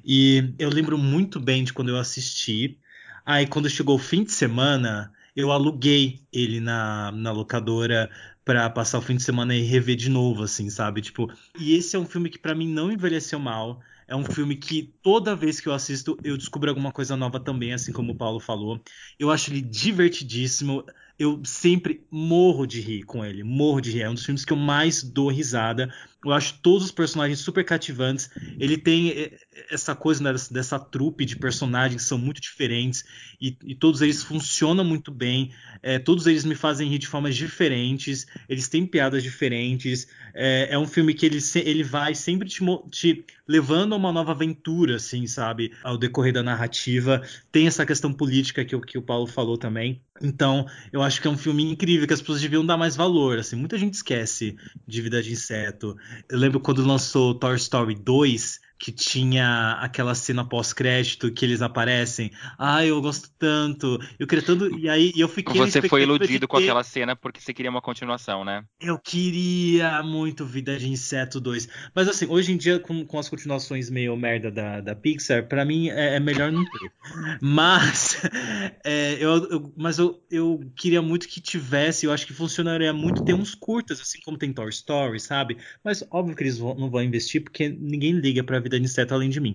E eu lembro muito bem de quando eu assisti. Aí, quando chegou o fim de semana, eu aluguei ele na, na locadora pra passar o fim de semana e rever de novo, assim, sabe? Tipo, e esse é um filme que pra mim não envelheceu mal. É um filme que toda vez que eu assisto, eu descubro alguma coisa nova também, assim como o Paulo falou. Eu acho ele divertidíssimo. Eu sempre morro de rir com ele, morro de rir. É um dos filmes que eu mais dou risada. Eu acho todos os personagens super cativantes. Ele tem eh, essa coisa, né, dessa, dessa trupe de personagens que são muito diferentes e, e todos eles funcionam muito bem. Eh, todos eles me fazem rir de formas diferentes. Eles têm piadas diferentes. É, é um filme que ele, se- ele vai sempre te, mo- te levando a uma nova aventura, assim, sabe? Ao decorrer da narrativa. Tem essa questão política que, o- que o Paulo falou também. Então, eu acho que é um filme incrível que as pessoas deviam dar mais valor, assim. Muita gente esquece de Vida de Inseto. Eu lembro quando lançou Toy Story dois, que tinha aquela cena pós-crédito que eles aparecem. Ah, eu gosto tanto. Eu queria tanto. E aí e eu fiquei na Você foi expectativa de iludido com ter. aquela cena porque você queria uma continuação, né? Eu queria muito Vida de Inseto dois. Mas assim, hoje em dia, com, com as continuações meio merda da, da Pixar, pra mim é, é melhor não ter. Mas, é, eu, eu- mas eu, eu queria muito que tivesse, eu acho que funcionaria muito ter uns curtas, assim como tem Toy Story, sabe? Mas óbvio que eles vão- não vão investir, porque ninguém liga pra Vida de Inseto além de mim.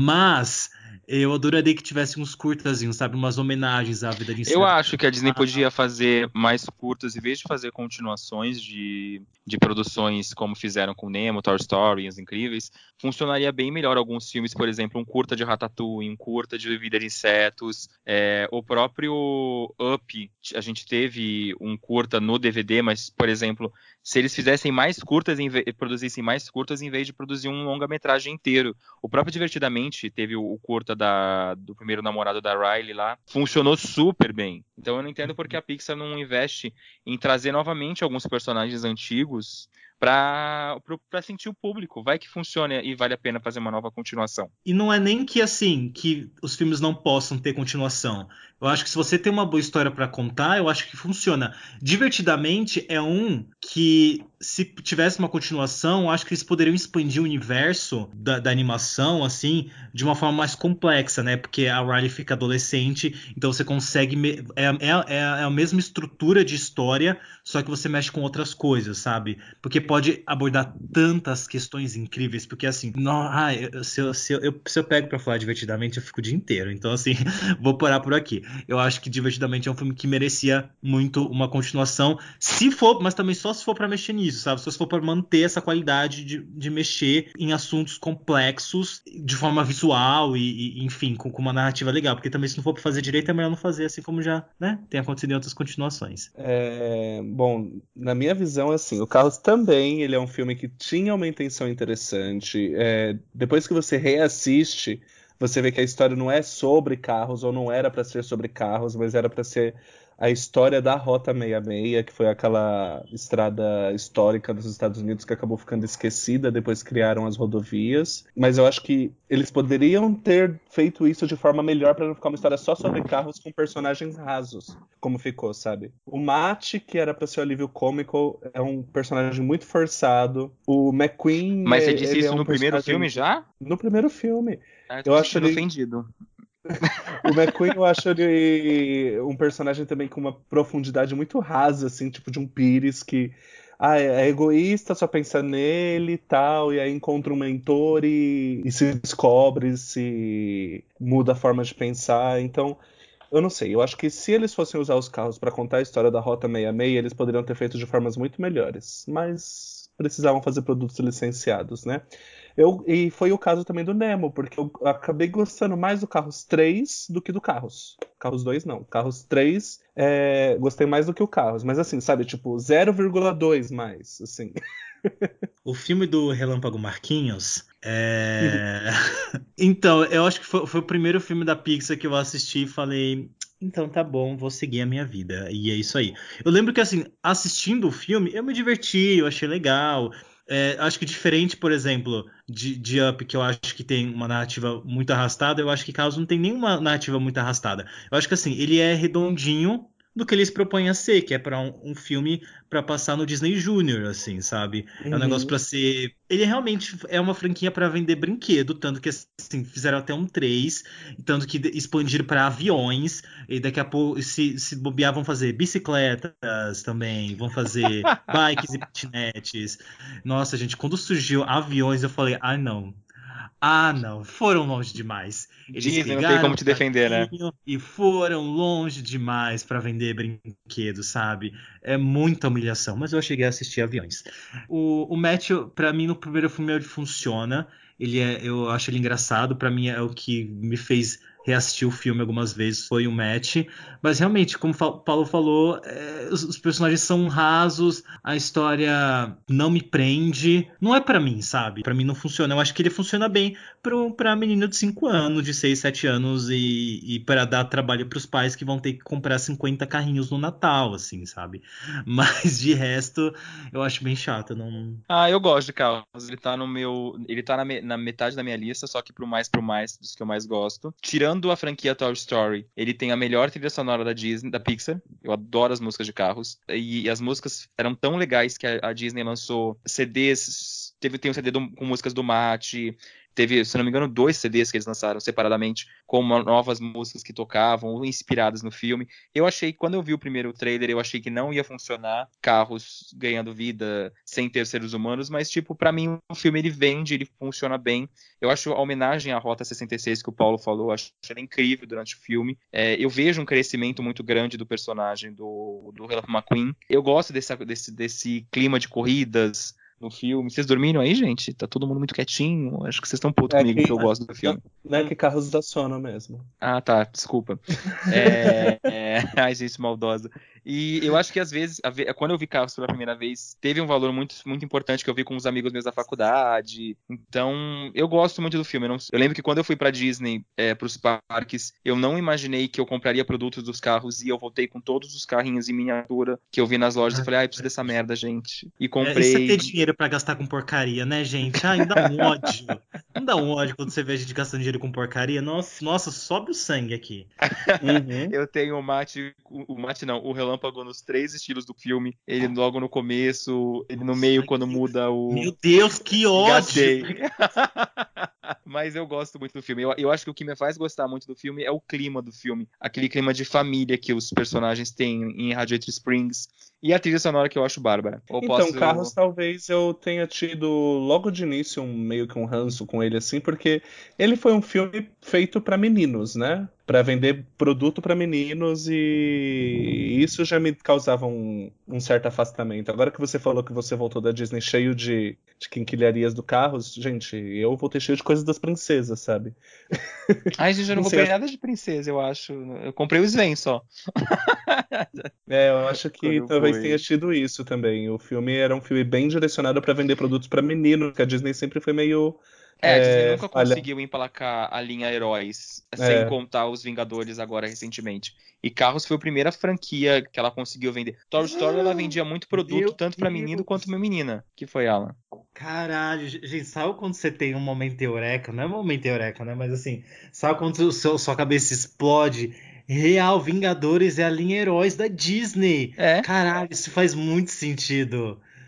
Mas eu adoraria que tivesse uns curtazinhos, sabe? Umas homenagens à Vida de Eu Inseto. acho que a Disney podia fazer mais curtas, em vez de fazer continuações de, de produções como fizeram com Nemo, Toy Story e Os Incríveis, funcionaria bem melhor alguns filmes, por exemplo, um curta de Ratatouille, um curta de Vida de Insetos, é, o próprio Up, a gente teve um curta no D V D, mas, por exemplo, se eles fizessem mais curtas, em ve- produzissem mais curtas em vez de produzir um longa-metragem inteiro. O próprio Divertidamente teve o, o curta da, do primeiro namorado da Riley lá, funcionou super bem. Então eu não entendo porque a Pixar não investe em trazer novamente alguns personagens antigos para sentir o público. Vai que funciona e vale a pena fazer uma nova continuação. E não é nem que assim que os filmes não possam ter continuação. Eu acho que se você tem uma boa história pra contar, eu acho que funciona. Divertidamente é um que se tivesse uma continuação, eu acho que eles poderiam expandir o universo da, da animação assim de uma forma mais complexa, né? Porque a Riley fica adolescente, então você consegue me- é, é, é a mesma estrutura de história, só que você mexe com outras coisas, sabe? Porque pode abordar tantas questões incríveis, porque assim, não, ah, eu- se, eu, se, eu, se eu pego pra falar divertidamente, eu fico o dia inteiro. Então, assim, vou parar por aqui. Eu acho que Divertidamente é um filme que merecia muito uma continuação, se for, mas também só se for pra mexer nisso, sabe? Só se for pra manter essa qualidade de, de mexer em assuntos complexos de forma visual e, e, enfim, com, com uma narrativa legal. Porque também, se não for pra fazer direito, é melhor não fazer, assim como já, né, tem acontecido em outras continuações. É, bom, na minha visão, assim, o Carros também, ele é um filme que tinha uma intenção interessante. É, depois que você reassiste, você vê que a história não é sobre carros, ou não era para ser sobre carros, mas era para ser a história da Rota sessenta e seis, que foi aquela estrada histórica dos Estados Unidos que acabou ficando esquecida, depois criaram as rodovias. Mas eu acho que eles poderiam ter feito isso de forma melhor para não ficar uma história só sobre carros com personagens rasos, como ficou, sabe? O Matt, que era para ser o alívio cômico, é um personagem muito forçado. O McQueen, Mas você é- disse ele é isso um no primeiro personagem filme já? no primeiro filme. Ah, eu tô Eu me acho sentindo ele ofendido. o McQueen, eu acho ele um personagem também com uma profundidade muito rasa, assim, tipo de um Pires, que ah, é egoísta, só pensa nele e tal, e aí encontra um mentor e, e se descobre, se muda a forma de pensar. Então, eu não sei. Eu acho que se eles fossem usar os carros para contar a história da Rota sessenta e seis, eles poderiam ter feito de formas muito melhores. Mas precisavam fazer produtos licenciados, né? Eu, e foi o caso também do Nemo, porque eu acabei gostando mais do Carros três do que do Carros. Carros dois não. Carros três, é, gostei mais do que o Carros. Mas assim, sabe, tipo, zero vírgula dois mais, assim. O filme do Relâmpago Marquinhos é... Então, eu acho que foi, foi o primeiro filme da Pixar que eu assisti e falei... Então tá bom, vou seguir a minha vida. E é isso aí. Eu lembro que, assim, assistindo o filme, eu me diverti, eu achei legal. É, acho que diferente, por exemplo, de, de Up, que eu acho que tem uma narrativa muito arrastada, eu acho que Carros não tem nenhuma narrativa muito arrastada. Eu acho que, assim, ele é redondinho do que eles propõem a ser, que é para um, um filme para passar no Disney Junior, assim, sabe? É um negócio Uhum. para ser... Ele realmente é uma franquia para vender brinquedo, tanto que, assim, fizeram até um três, tanto que expandiram para aviões, e daqui a pouco, se, se bobear, vão fazer bicicletas também, vão fazer bikes e patinetes. Nossa, gente, quando surgiu aviões, eu falei, ah, não. Ah, não, foram longe demais. Eles Disney não tem pegaram como o te defender, né? carrinho e foram longe demais para vender brinquedos, sabe? É muita humilhação, mas eu cheguei a assistir Aviões. O, o Match, para mim, no primeiro filme ele funciona. Ele é, eu acho ele engraçado. Para mim é o que me fez reassistir o filme algumas vezes, foi o Match. Mas realmente, como o Paulo falou, é, os, os personagens são rasos, a história não me prende. Não é para mim, sabe? Para mim não funciona. Eu acho que ele funciona bem para menino de cinco anos, de seis, sete anos e, e para dar trabalho para os pais que vão ter que comprar cinquenta carrinhos no Natal, assim, sabe? Mas de resto, eu acho bem chato. Não... Ah, eu gosto de Carros. Ele tá no meu. Ele tá na, me- na metade da minha lista, só que pro mais pro mais dos que eu mais gosto. Tirando a franquia Toy Story, ele tem a melhor trilha sonora da Disney, da Pixar. Eu adoro as músicas de Carros. E as músicas eram tão legais que a, a Disney lançou C Ds. Teve, tem um C D do- com músicas do Mate. Teve, se não me engano, dois C Ds que eles lançaram separadamente, com uma- novas músicas que tocavam, inspiradas no filme. Eu achei, quando eu vi o primeiro trailer, eu achei que não ia funcionar Carros ganhando vida sem ter seres humanos, mas, tipo, pra mim o filme ele vende, ele funciona bem. Eu acho a homenagem à Rota sessenta e seis que o Paulo falou, eu acho ela incrível durante o filme. É, eu vejo um crescimento muito grande do personagem do, do Relâmpago McQueen. Eu gosto desse, desse, desse clima de corridas no filme. Vocês dormiram aí, gente? Tá todo mundo muito quietinho. Acho que vocês estão putos É comigo que, que eu gosto do filme. não é que Carros dá sono mesmo. Ah, tá, desculpa. É, é... Ai, gente maldosa. E eu acho que às vezes, a ve- quando eu vi Carros pela primeira vez, teve um valor muito, muito importante que eu vi com os amigos meus da faculdade. Então, eu gosto muito do filme. Eu, não- eu lembro que quando eu fui pra Disney, é, pros parques, eu não imaginei que eu compraria produtos dos carros e eu voltei com todos os carrinhos em miniatura que eu vi nas lojas. Eu falei, ai, preciso dessa merda, gente. E É, isso é comprei. ter dinheiro pra gastar com porcaria, né, gente? Ai, me dá um ódio. Não dá um ódio quando você vê a gente gastando dinheiro com porcaria. Nossa, nossa, sobe o sangue aqui. Uhum. Eu tenho o mate, o o mate não, o relâmpago nos três estilos do filme. Ele logo no começo, ele no meio Ai, quando muda o. meu Deus, que ódio! Engasguei. Mas eu gosto muito do filme. Eu, eu acho que o que me faz gostar muito do filme é o clima do filme. Aquele clima de família que os personagens têm em Radiator Springs. E a trilha sonora que eu acho bárbara. Ou Então, posso... Carros talvez eu tenha tido logo de início um meio que um ranço com ele assim, porque ele foi um filme feito pra meninos, né? Pra vender produto pra meninos e isso já me causava um, um certo afastamento. Agora que você falou que você voltou da Disney cheio de, de quinquilharias do Carros, gente, eu voltei cheio de coisas das princesas, sabe? Ai, gente, eu não Não sei, comprei nada de princesa, eu acho. Eu comprei o Sven só. é, eu acho Quando que eu talvez tenha fui. tido isso também. O filme era um filme bem direcionado pra vender produtos pra menino, que a Disney sempre foi meio É, a Disney é, nunca falha. conseguiu emplacar a linha Heróis, sem É. contar os Vingadores agora recentemente. E Carros foi a primeira franquia que ela conseguiu vender. Toy Story ela vendia muito produto, Meu tanto pra menino quanto Deus! pra menina. Que foi, Alan? Caralho, gente, sabe quando você tem um momento eureka? Não é um momento eureka, né? Mas assim, sabe quando o seu, sua cabeça explode? Real, Vingadores é a linha Heróis da Disney. É. Caralho, isso faz muito sentido.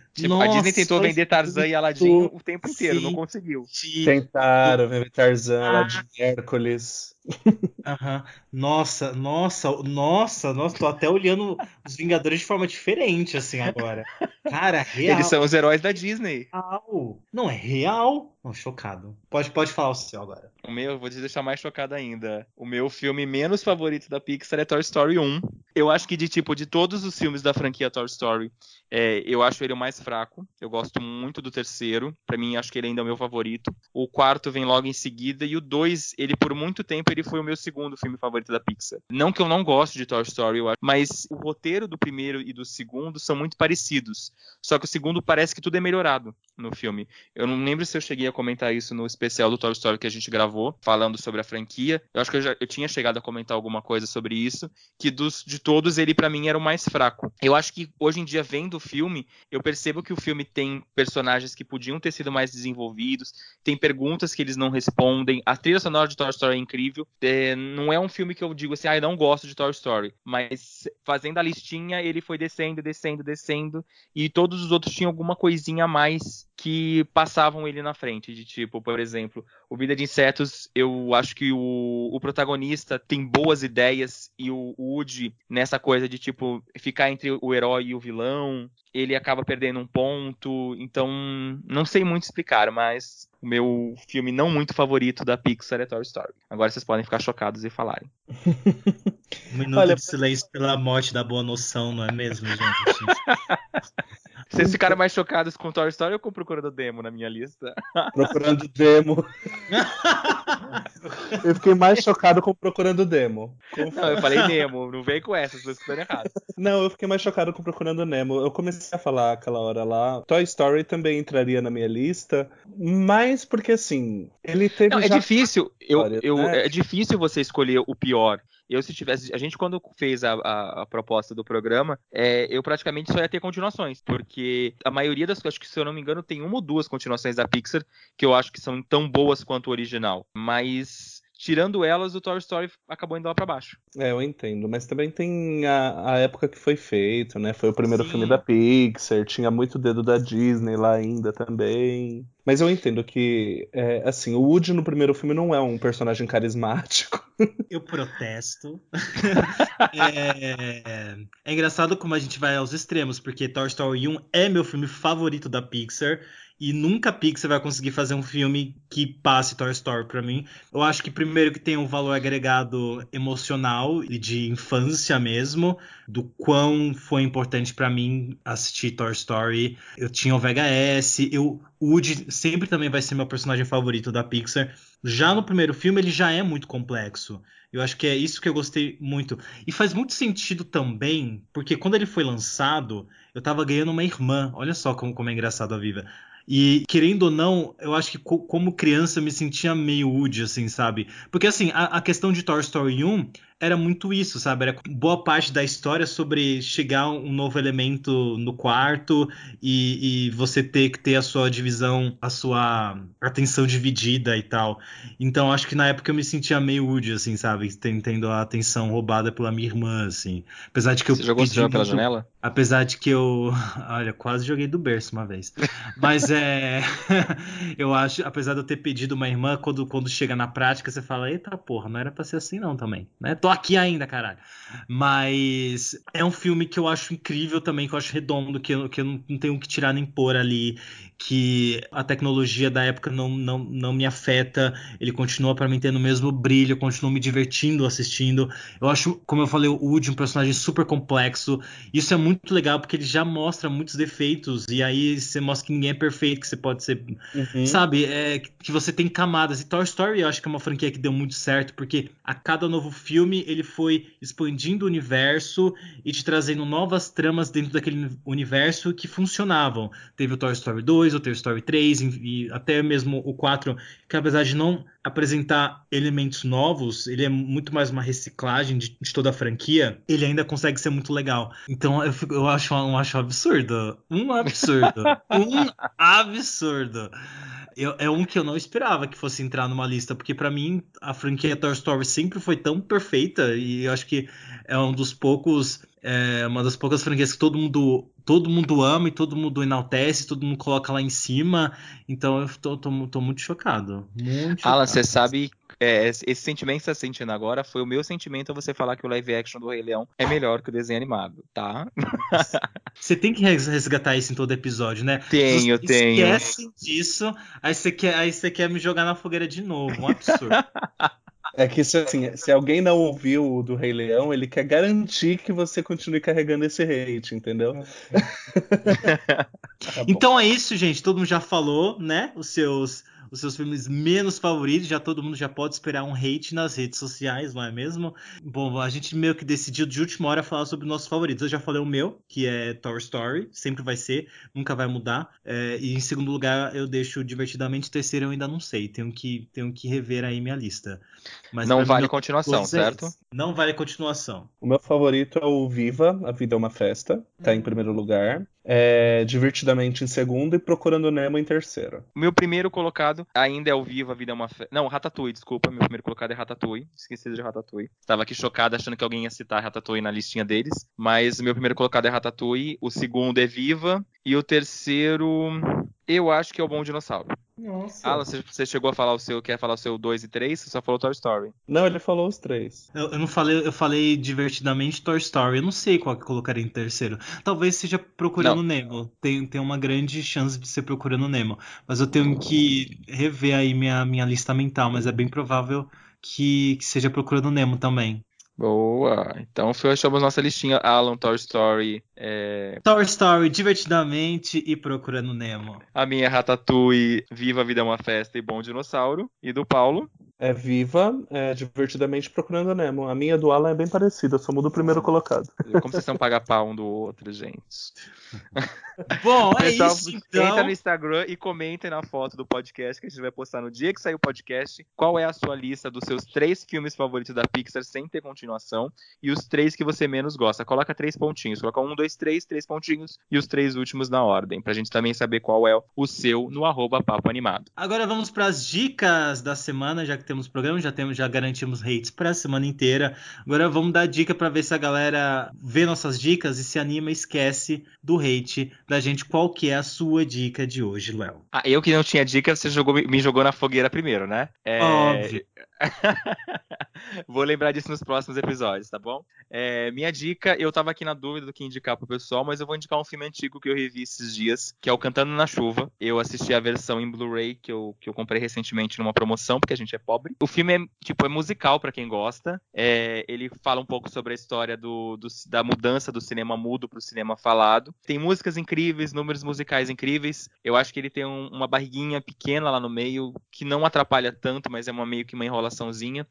Tipo, Nossa, a Disney tentou vender Tarzan e Aladdin o tempo inteiro, sim, não conseguiu. sim. Tentaram ver Tarzan, Ah. Aladdin, Hércules. Aham. Nossa, nossa, nossa, nossa, tô até olhando os Vingadores de forma diferente, assim, agora. Cara, Eles real. são os heróis da Disney. Real. Não, é real. Não, chocado. Pode, pode falar o seu agora. O meu, vou te deixar mais chocado ainda. O meu filme menos favorito da Pixar é Toy Story um. Eu acho que de tipo, de todos os filmes da franquia Toy Story, é, eu acho ele o mais fraco. Eu gosto muito do terceiro. Pra mim, acho que ele ainda é o meu favorito. O quarto vem logo em seguida. E o dois, ele por muito tempo, ele foi o meu segundo filme favorito da Pixar. Não que eu não goste de Toy Story, eu acho, mas o roteiro do primeiro e do segundo são muito parecidos. Só que o segundo parece que tudo é melhorado no filme. Eu não lembro se eu cheguei a comentar isso no especial do Toy Story que a gente gravou, falando sobre a franquia. Eu acho que eu, já, eu tinha chegado a comentar alguma coisa sobre isso, que dos, de todos ele pra mim era o mais fraco. Eu acho que hoje em dia, vendo o filme, eu percebo que o filme tem personagens que podiam ter sido mais desenvolvidos, tem perguntas que eles não respondem. A trilha sonora de Toy Story é incrível. É, não é um filme que eu digo assim, ah, eu não gosto de Toy Story, mas fazendo a listinha, ele foi descendo, descendo, descendo, e todos os outros tinham alguma coisinha a mais que passavam ele na frente, de tipo, por exemplo, o Vida de Insetos, eu acho que o, o protagonista tem boas ideias e o Woody, nessa coisa de tipo, ficar entre o herói e o vilão, ele acaba perdendo um ponto, então não sei muito explicar, mas o meu filme não muito favorito da Pixar é Toy Story. Agora vocês podem ficar chocados e falarem. Um minuto Olha, de silêncio pela morte da boa noção, não é mesmo, gente? Vocês ficaram mais chocados com Toy Story ou com Procurando Demo na minha lista? Procurando Demo. Eu fiquei mais chocado com Procurando Demo. Confesso. Não, eu falei Nemo, não vem com essas, tô escutando errado. Não, eu fiquei mais chocado com Procurando Nemo. Eu comecei a falar aquela hora lá. Toy Story também entraria na minha lista, mas porque assim, ele teve Não, é já difícil, eu, histórias, eu, né? é difícil você escolher o pior. Eu, se tivesse. A gente, quando fez a, a, a proposta do programa, é, eu praticamente só ia ter continuações. Porque a maioria das coisas, acho que se eu não me engano, tem uma ou duas continuações da Pixar que eu acho que são tão boas quanto o original. Mas, tirando elas, o Toy Story acabou indo lá pra baixo. É, eu entendo, mas também tem a, a época que foi feito, né? Foi o primeiro Sim. filme da Pixar, tinha muito dedo da Disney lá ainda também. Mas eu entendo que, é, assim, o Woody no primeiro filme não é um personagem carismático. Eu protesto. é... é engraçado como a gente vai aos extremos, porque Toy Story um é meu filme favorito da Pixar. E nunca a Pixar vai conseguir fazer um filme que passe Toy Story pra mim. Eu acho que primeiro que tem um valor agregado emocional e de infância mesmo, do quão foi importante pra mim assistir Toy Story. Eu tinha o V H S, eu, o Woody sempre também vai ser meu personagem favorito da Pixar. Já no primeiro filme ele já é muito complexo. Eu acho que é isso que eu gostei muito. E faz muito sentido também, porque quando ele foi lançado, eu tava ganhando uma irmã. Olha só como, como é engraçado a vida. E, querendo ou não, eu acho que co- como criança eu me sentia meio Woody, assim, sabe? Porque, assim, a, a questão de Toy Story um era muito isso, sabe? Era boa parte da história sobre chegar um novo elemento no quarto e, e você ter que ter a sua divisão, a sua atenção dividida e tal. Então, acho que na época eu me sentia meio Woody, assim, sabe? Ten- Tendo a atenção roubada pela minha irmã, assim. Apesar de que eu Você jogou esse pedi jogo pela muito... janela? Apesar de que eu... Olha, quase joguei do berço uma vez. Mas é... eu acho, apesar de eu ter pedido uma irmã, quando, quando chega na prática, você fala, eita porra, não era pra ser assim não também, né? Tô aqui ainda, caralho. Mas é um filme que eu acho incrível também, que eu acho redondo, que eu, que eu não, não tenho o que tirar nem pôr ali, que a tecnologia da época não, não, não me afeta, ele continua pra mim tendo o mesmo brilho, eu continuo me divertindo assistindo. Eu acho, como eu falei, o Woody um personagem super complexo. Isso é muito legal porque ele já mostra muitos defeitos e aí você mostra que ninguém é perfeito, que você pode ser, Uhum. sabe, é, que você tem camadas. E Toy Story eu acho que é uma franquia que deu muito certo porque a cada novo filme ele foi expandindo o universo e te trazendo novas tramas dentro daquele universo que funcionavam. Teve o Toy Story dois, o Toy Story três e, e até mesmo o quatro, que apesar de não apresentar elementos novos, ele é muito mais uma reciclagem de, de toda a franquia, ele ainda consegue ser muito legal. Então eu, fico, eu acho, eu acho absurdo. Um absurdo. um absurdo. Eu, é um que eu não esperava que fosse entrar numa lista, porque pra mim a franquia Toy Story sempre foi tão perfeita e eu acho que é um dos poucos, é, uma das poucas franquias que todo mundo todo mundo ama e todo mundo enaltece, todo mundo coloca lá em cima. Então eu tô, tô, tô muito chocado. Muito Alan, chocado. você sabe, é, esse sentimento que você está sentindo agora foi o meu sentimento ao você falar que o live action do Rei Leão é melhor que o desenho animado, tá? Você tem que resgatar isso em todo episódio, né? Tenho, Você tenho. esquece disso, aí você, quer, aí você quer me jogar na fogueira de novo. Um absurdo. É que se, assim, se alguém não ouviu o do Rei Leão, ele quer garantir que você continue carregando esse hate, entendeu? Tá bom. Então é isso, gente. Todo mundo já falou, né? Os seus, os seus filmes menos favoritos. Já todo mundo já pode esperar um hate nas redes sociais, não é mesmo? Bom, a gente meio que decidiu de última hora falar sobre nossos favoritos. Eu já falei o meu, que é Toy Story. Sempre vai ser, nunca vai mudar. É, e em segundo lugar, eu deixo Divertidamente. Terceiro, eu ainda não sei. Tenho que, tenho que rever aí minha lista. Mas Não pra mim, vale meu continuação, todos é certo? esse. Não vale continuação. O meu favorito é o Viva, A Vida é uma Festa, tá em primeiro lugar. É, Divertidamente em segundo e Procurando Nemo em terceiro. O meu primeiro colocado ainda é o Viva, a Vida é uma Festa. Não, Ratatouille, desculpa. Meu primeiro colocado é Ratatouille. Esqueci de Ratatouille. Estava aqui chocado achando que alguém ia citar Ratatouille na listinha deles. Mas o meu primeiro colocado é Ratatouille. O segundo é Viva. E o terceiro, eu acho que é o Bom Dinossauro. Nossa. Alan, você, você chegou a falar o seu, quer falar o seu dois e três? Você só falou Toy Story. Não, ele falou os três. Eu, eu não falei, eu falei Divertidamente Toy Story. Eu não sei qual que eu colocaria em terceiro. Talvez seja Procurando Não. Nemo. Tem, tem uma grande chance de ser Procurando Nemo. Mas eu tenho que rever aí minha, minha lista mental. Mas é bem provável que, que seja Procurando Nemo também. Boa. Então fechamos nossa listinha. Alan, Toy Story. É... Toy Story, Divertidamente e Procurando Nemo. A minha é Ratatouille, Viva a Vida é uma Festa e Bom Dinossauro. E do Paulo? É Viva, é Divertidamente Procurando Nemo. A minha do Alan é bem parecida, só muda o primeiro colocado. Como vocês estão pagar pau um do outro, gente? Bom, é Pessoal, isso então. entra no Instagram e comentem na foto do podcast que a gente vai postar no dia que sair o podcast. Qual é a sua lista dos seus três filmes favoritos da Pixar sem ter continuação e os três que você menos gosta. Coloca três pontinhos. Coloca um, dois, três, três pontinhos e os três últimos na ordem. Pra gente também saber qual é o seu no arroba Papo Animado. Agora vamos para as dicas da semana, já que temos programa, já temos, já garantimos hates para a semana inteira. Agora vamos dar dica para ver se a galera vê nossas dicas e se anima e esquece do hate da gente. Qual que é a sua dica de hoje, Léo? Ah, eu que não tinha dica, você jogou, me jogou na fogueira primeiro, né? É... Óbvio. Vou lembrar disso nos próximos episódios, tá bom? É, minha dica, eu tava aqui na dúvida do que indicar pro pessoal, mas eu vou indicar um filme antigo que eu revi esses dias, que é o Cantando na Chuva. Eu assisti a versão em Blu-ray que eu, que eu comprei recentemente numa promoção, porque a gente é pobre. O filme é, tipo, é musical pra quem gosta. É, ele fala um pouco sobre a história do, do, da mudança do cinema mudo pro cinema falado. Tem músicas incríveis, números musicais incríveis. Eu acho que ele tem um, uma barriguinha pequena lá no meio, que não atrapalha tanto, mas é uma, meio que uma enrolaçãozinha.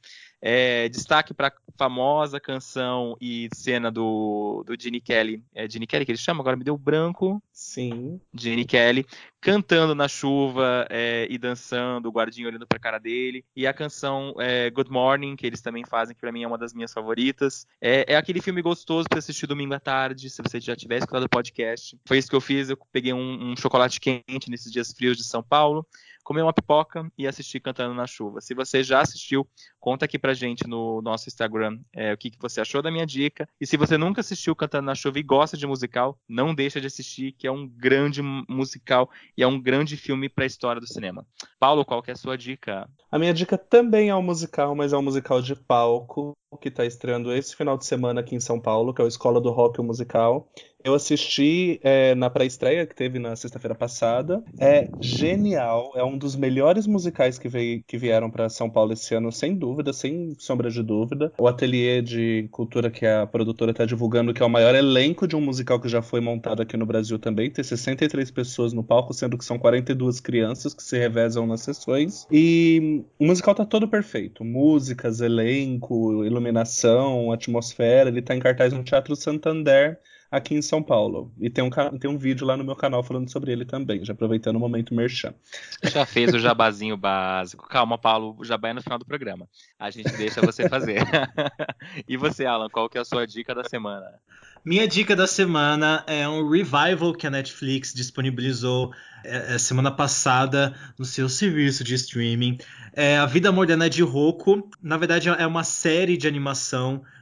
É, destaque para famosa canção e cena do, do Gene Kelly. É Gene Kelly que ele chama? Agora me deu branco. Sim. Gene Kelly cantando na chuva é, e dançando, o guardinha olhando pra cara dele. E a canção é, Good Morning, que eles também fazem, que pra mim é uma das minhas favoritas. É, é aquele filme gostoso pra assistir domingo à tarde, se você já tiver escutado o podcast. Foi isso que eu fiz, eu peguei um, um chocolate quente nesses dias frios de São Paulo, comer uma pipoca e assistir Cantando na Chuva. Se você já assistiu, conta aqui pra gente no nosso Instagram é, o que, que você achou da minha dica. E se você nunca assistiu Cantando na Chuva e gosta de musical, não deixa de assistir, que é um grande musical e é um grande filme pra história do cinema. Paulo, qual que é a sua dica? A minha dica também é um musical, mas é um musical de palco, que está estreando esse final de semana aqui em São Paulo, que é o Escola do Rock, o musical. Eu assisti é, na pré-estreia, que teve na sexta-feira passada. É genial, é um dos melhores musicais que, veio, que vieram para São Paulo esse ano, sem dúvida, sem sombra de dúvida. O Ateliê de Cultura, que a produtora está divulgando, que é o maior elenco de um musical que já foi montado aqui no Brasil também. Tem sessenta e três pessoas no palco, sendo que são quarenta e duas crianças que se revezam nas sessões. E o musical tá todo perfeito. Músicas, elenco, iluminação, atmosfera. Ele tá em cartaz no Teatro Santander, aqui em São Paulo. E tem um, tem um vídeo lá no meu canal falando sobre ele também, já aproveitando o momento merchan. Já fez o jabazinho básico. Calma, Paulo, o jabá é no final do programa. A gente deixa você fazer. E você, Alan, qual que é a sua dica da semana? Minha dica da semana é um revival que a Netflix disponibilizou é, semana passada no seu serviço de streaming. É A Vida Moderna de Rocco. Na verdade, é uma série de animação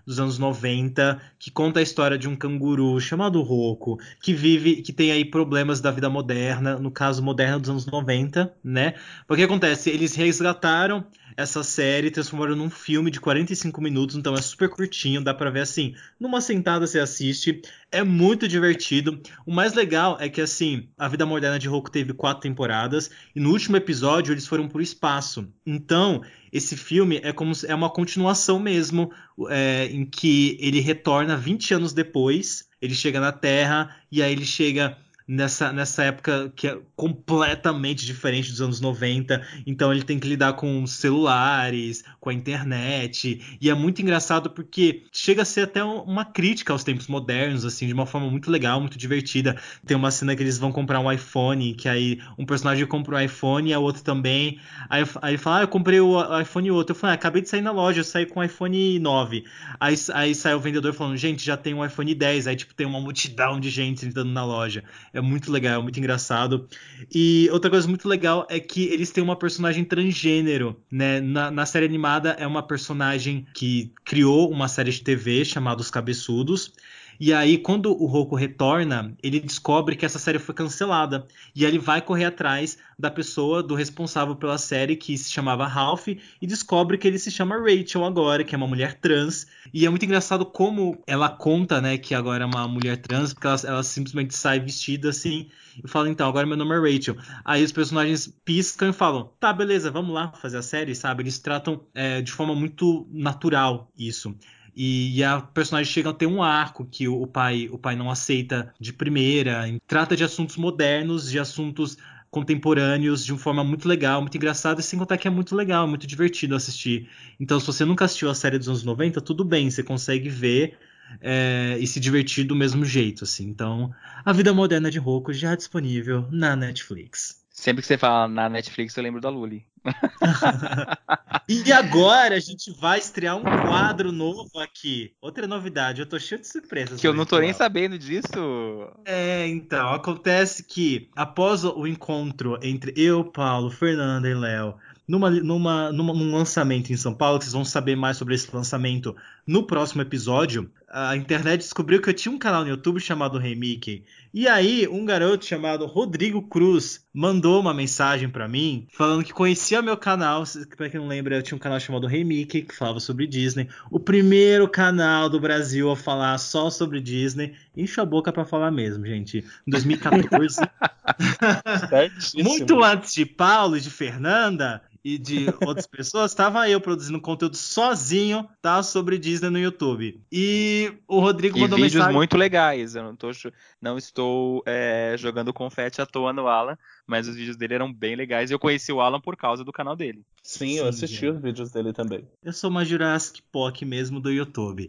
dos anos noventa, que conta a história de um canguru chamado Rocco, que vive, que tem aí problemas da vida moderna, no caso moderna dos anos noventa, né? Porque acontece, eles resgataram essa série, transformaram num filme de quarenta e cinco minutos, então é super curtinho, dá pra ver assim, numa sentada você assiste, é muito divertido. O mais legal é que assim, a vida moderna de Rocco teve quatro temporadas, e no último episódio eles foram pro espaço. Então, esse filme é como se- é uma continuação mesmo, é, em que ele retorna vinte anos depois, ele chega na Terra, e aí ele chega nessa, nessa época que é completamente diferente dos anos noventa. Então ele tem que lidar com celulares, com a internet, e é muito engraçado porque chega a ser até um- uma crítica aos tempos modernos, assim, de uma forma muito legal, muito divertida. Tem uma cena que eles vão comprar um iPhone, que aí um personagem compra um iPhone e a outra também. Aí, aí ele fala, ah, eu comprei o iPhone e outro. Eu falei, ah, acabei de sair na loja, eu saí com o iPhone nove. Aí, aí sai o vendedor falando, gente, já tem um iPhone dez. Aí, tipo, tem uma multidão de gente entrando na loja. É muito legal, é muito engraçado. E outra coisa muito legal é que eles têm uma personagem transgênero, né? Na, na série animada é uma personagem que criou uma série de T V chamada Os Cabeçudos. E aí, quando o Rocco retorna, ele descobre que essa série foi cancelada. E aí ele vai correr atrás da pessoa, do responsável pela série, que se chamava Ralph, e descobre que ele se chama Rachel agora, que é uma mulher trans. E é muito engraçado como ela conta, né, que agora é uma mulher trans, porque ela, ela simplesmente sai vestida assim e fala, então, agora meu nome é Rachel. Aí os personagens piscam e falam, tá, beleza, vamos lá fazer a série, sabe? Eles tratam é, de forma muito natural isso. E, e a personagem chega a ter um arco que o, o pai, o pai não aceita de primeira. E trata de assuntos modernos, de assuntos contemporâneos, de uma forma muito legal, muito engraçada, e sem contar que é muito legal, muito divertido assistir. Então, se você nunca assistiu a série dos anos noventa, tudo bem, você consegue ver é, e se divertir do mesmo jeito, assim. Então, A Vida Moderna de Rocco já é disponível na Netflix. Sempre que você fala na Netflix, eu lembro da Lully. E agora a gente vai estrear um quadro novo aqui. Outra novidade, eu tô cheio de surpresas. Que eu hoje, não tô nem Léo. sabendo disso. É, então, acontece que após o encontro entre eu, Paulo, Fernanda e Léo, numa, numa, numa, num lançamento em São Paulo, que vocês vão saber mais sobre esse lançamento no próximo episódio, a internet descobriu que eu tinha um canal no YouTube chamado Rei Mickey. E aí, um garoto chamado Rodrigo Cruz mandou uma mensagem pra mim falando que conhecia meu canal. Pra quem não lembra, eu tinha um canal chamado Rei Mickey, que falava sobre Disney. O primeiro canal do Brasil a falar só sobre Disney. Enche a boca pra falar mesmo, gente. Em dois mil e quatorze. Certíssimo. Muito antes de Paulo e de Fernanda e de outras pessoas, estava eu produzindo conteúdo sozinho, tá, sobre Disney no YouTube. E o Rodrigo E mandou vídeos mensagem. muito legais. Eu não, tô, chu- não estou é, jogando confete à toa no Alan, mas os vídeos dele eram bem legais. E eu conheci o Alan por causa do canal dele. Sim, eu Sim, assisti gente. os vídeos dele também. Eu sou uma Jurassic Park mesmo do YouTube.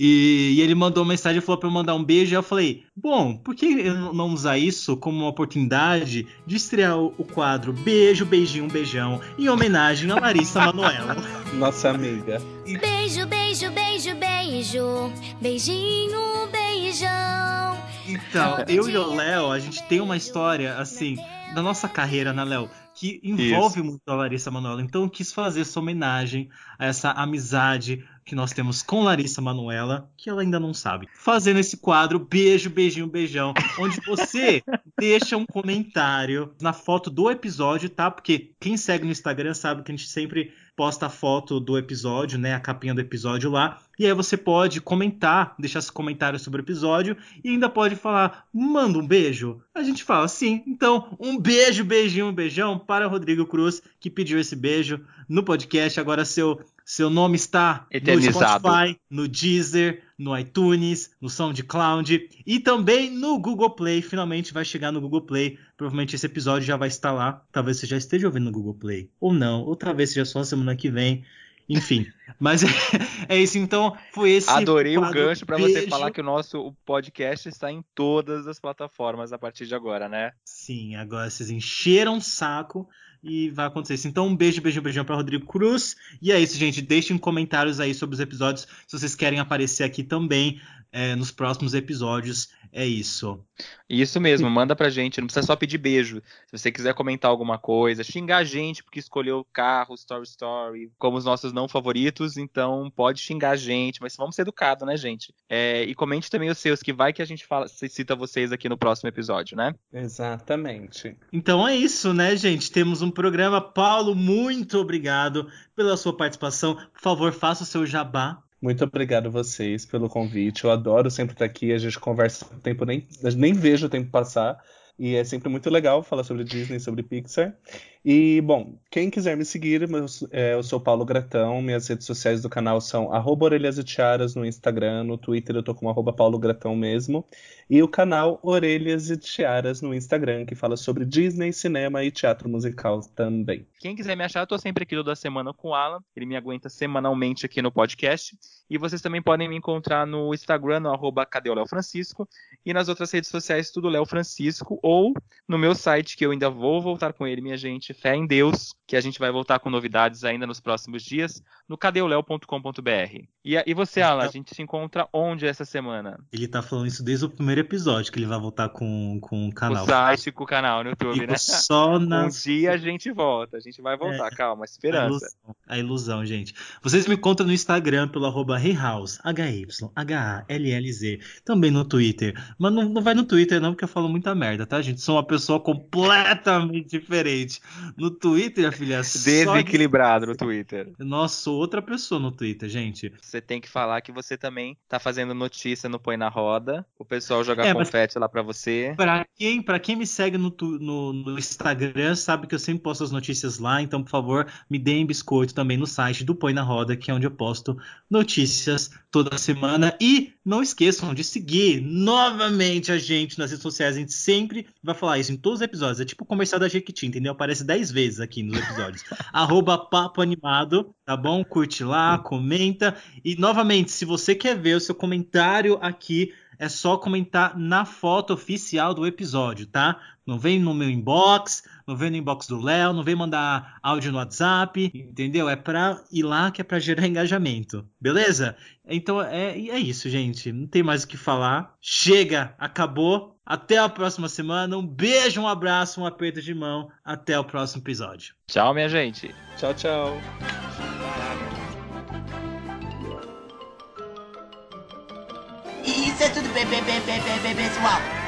E, e ele mandou uma mensagem e falou pra eu mandar um beijo. E eu falei, bom, por que eu não usar isso como uma oportunidade de estrear o, o quadro Beijo, Beijinho, Beijão, em homenagem a Larissa Manoela? Nossa amiga. Beijo, beijo, beijo, beijo. Beijinho, beijão. Então, eu e o Léo, a gente tem uma história, assim, da nossa carreira, né, Léo? Que envolve muito a Larissa Manoela. Então, eu quis fazer essa homenagem a essa amizade que nós temos com Larissa Manoela, que ela ainda não sabe. Fazendo esse quadro Beijo, Beijinho, Beijão, onde você deixa um comentário na foto do episódio, tá? Porque quem segue no Instagram sabe que a gente sempre posta a foto do episódio, né? A capinha do episódio lá. E aí você pode comentar, deixar seu comentário sobre o episódio e ainda pode falar, manda um beijo. A gente fala sim. Então, um beijo, beijinho, beijão para o Rodrigo Cruz, que pediu esse beijo no podcast. Agora seu, seu nome está Eternizado. no Spotify, no Deezer, no iTunes, no SoundCloud e também no Google Play. Finalmente vai chegar no Google Play. Provavelmente esse episódio já vai estar lá. Talvez você já esteja ouvindo no Google Play. Ou não. Ou talvez seja só semana que vem. Enfim. Mas é, é isso. Então, foi esse Adorei o quadro. gancho pra você Beijo. falar que o nosso podcast está em todas as plataformas a partir de agora, né? Sim, agora vocês encheram o saco e vai acontecer isso. Então, um beijo, beijo, beijão para Rodrigo Cruz. E é isso, gente. Deixem comentários aí sobre os episódios. Se vocês querem aparecer aqui também é, nos próximos episódios. É isso. Isso mesmo, manda pra gente, não precisa só pedir beijo. Se você quiser comentar alguma coisa, xingar a gente porque escolheu carro, Story Story, como os nossos não favoritos, muitos, então pode xingar a gente, mas vamos ser educados, né, gente? É, e comente também os seus, que vai que a gente fala, cita vocês aqui no próximo episódio, né? Exatamente. Então é isso, né, gente? Temos um programa. Paulo, muito obrigado pela sua participação. Por favor, faça o seu jabá. Muito obrigado a vocês pelo convite. Eu adoro sempre estar aqui. A gente conversa o tempo, nem, nem vejo o tempo passar. E é sempre muito legal falar sobre Disney, sobre Pixar. E, bom, quem quiser me seguir, é, eu sou Paulo Gratão. Minhas redes sociais do canal são arroba Orelhas e Tiaras no Instagram. No Twitter eu tô com arroba Paulo Gratão mesmo. E o canal Orelhas e Tiaras no Instagram, que fala sobre Disney, cinema e teatro musical também. Quem quiser me achar, eu tô sempre aqui no Da Semana com o Alan. Ele me aguenta semanalmente aqui no podcast. E vocês também podem me encontrar no Instagram, no arroba Cadê o Léo Francisco. E nas outras redes sociais, tudo Léo Francisco. Ou no meu site, que eu ainda vou voltar com ele, minha gente. Fé em Deus, que a gente vai voltar com novidades ainda nos próximos dias, no cadeoleo ponto com ponto b r. E, e você, Alan, a gente se encontra onde essa semana? Ele tá falando isso desde o primeiro episódio, que ele vai voltar com, com o canal. O site, com o canal no YouTube, né? Só nas... Um dia a gente volta, a gente vai voltar, é, calma, esperança. A ilusão, a ilusão, gente. Vocês me encontram no Instagram pelo arroba Hayhouse, H Y H A L L Z. Também no Twitter. Mas não, não vai no Twitter não, porque eu falo muita merda, tá, gente? Sou uma pessoa completamente diferente. No Twitter, filha, desequilibrado de... no Twitter. Nossa, sou outra pessoa no Twitter, gente. Você tem que falar que você também tá fazendo notícia no Põe na Roda. O pessoal joga é, confete lá pra você. Pra quem, pra quem me segue no, no, no Instagram, sabe que eu sempre posto as notícias lá. Então, por favor, me deem biscoito também no site do Põe na Roda, que é onde eu posto notícias toda semana. E não esqueçam de seguir novamente a gente nas redes sociais. A gente sempre vai falar isso em todos os episódios. É tipo o comercial da Jequiti, entendeu? Aparece dez vezes aqui nos episódios. Arroba Papo Animado, tá bom? Curte lá, comenta. E novamente, se você quer ver o seu comentário aqui, é só comentar na foto oficial do episódio, tá? Não vem no meu inbox, não vem no inbox do Léo, não vem mandar áudio no WhatsApp, entendeu? É pra ir lá que é pra gerar engajamento, beleza? Então é, é isso, gente. Não tem mais o que falar. Chega, acabou. Até a próxima semana. Um beijo, um abraço, um aperto de mão. Até o próximo episódio. Tchau, minha gente. Tchau, tchau. Isso é tudo bem, bem, bem, bem, bem, bem, pessoal.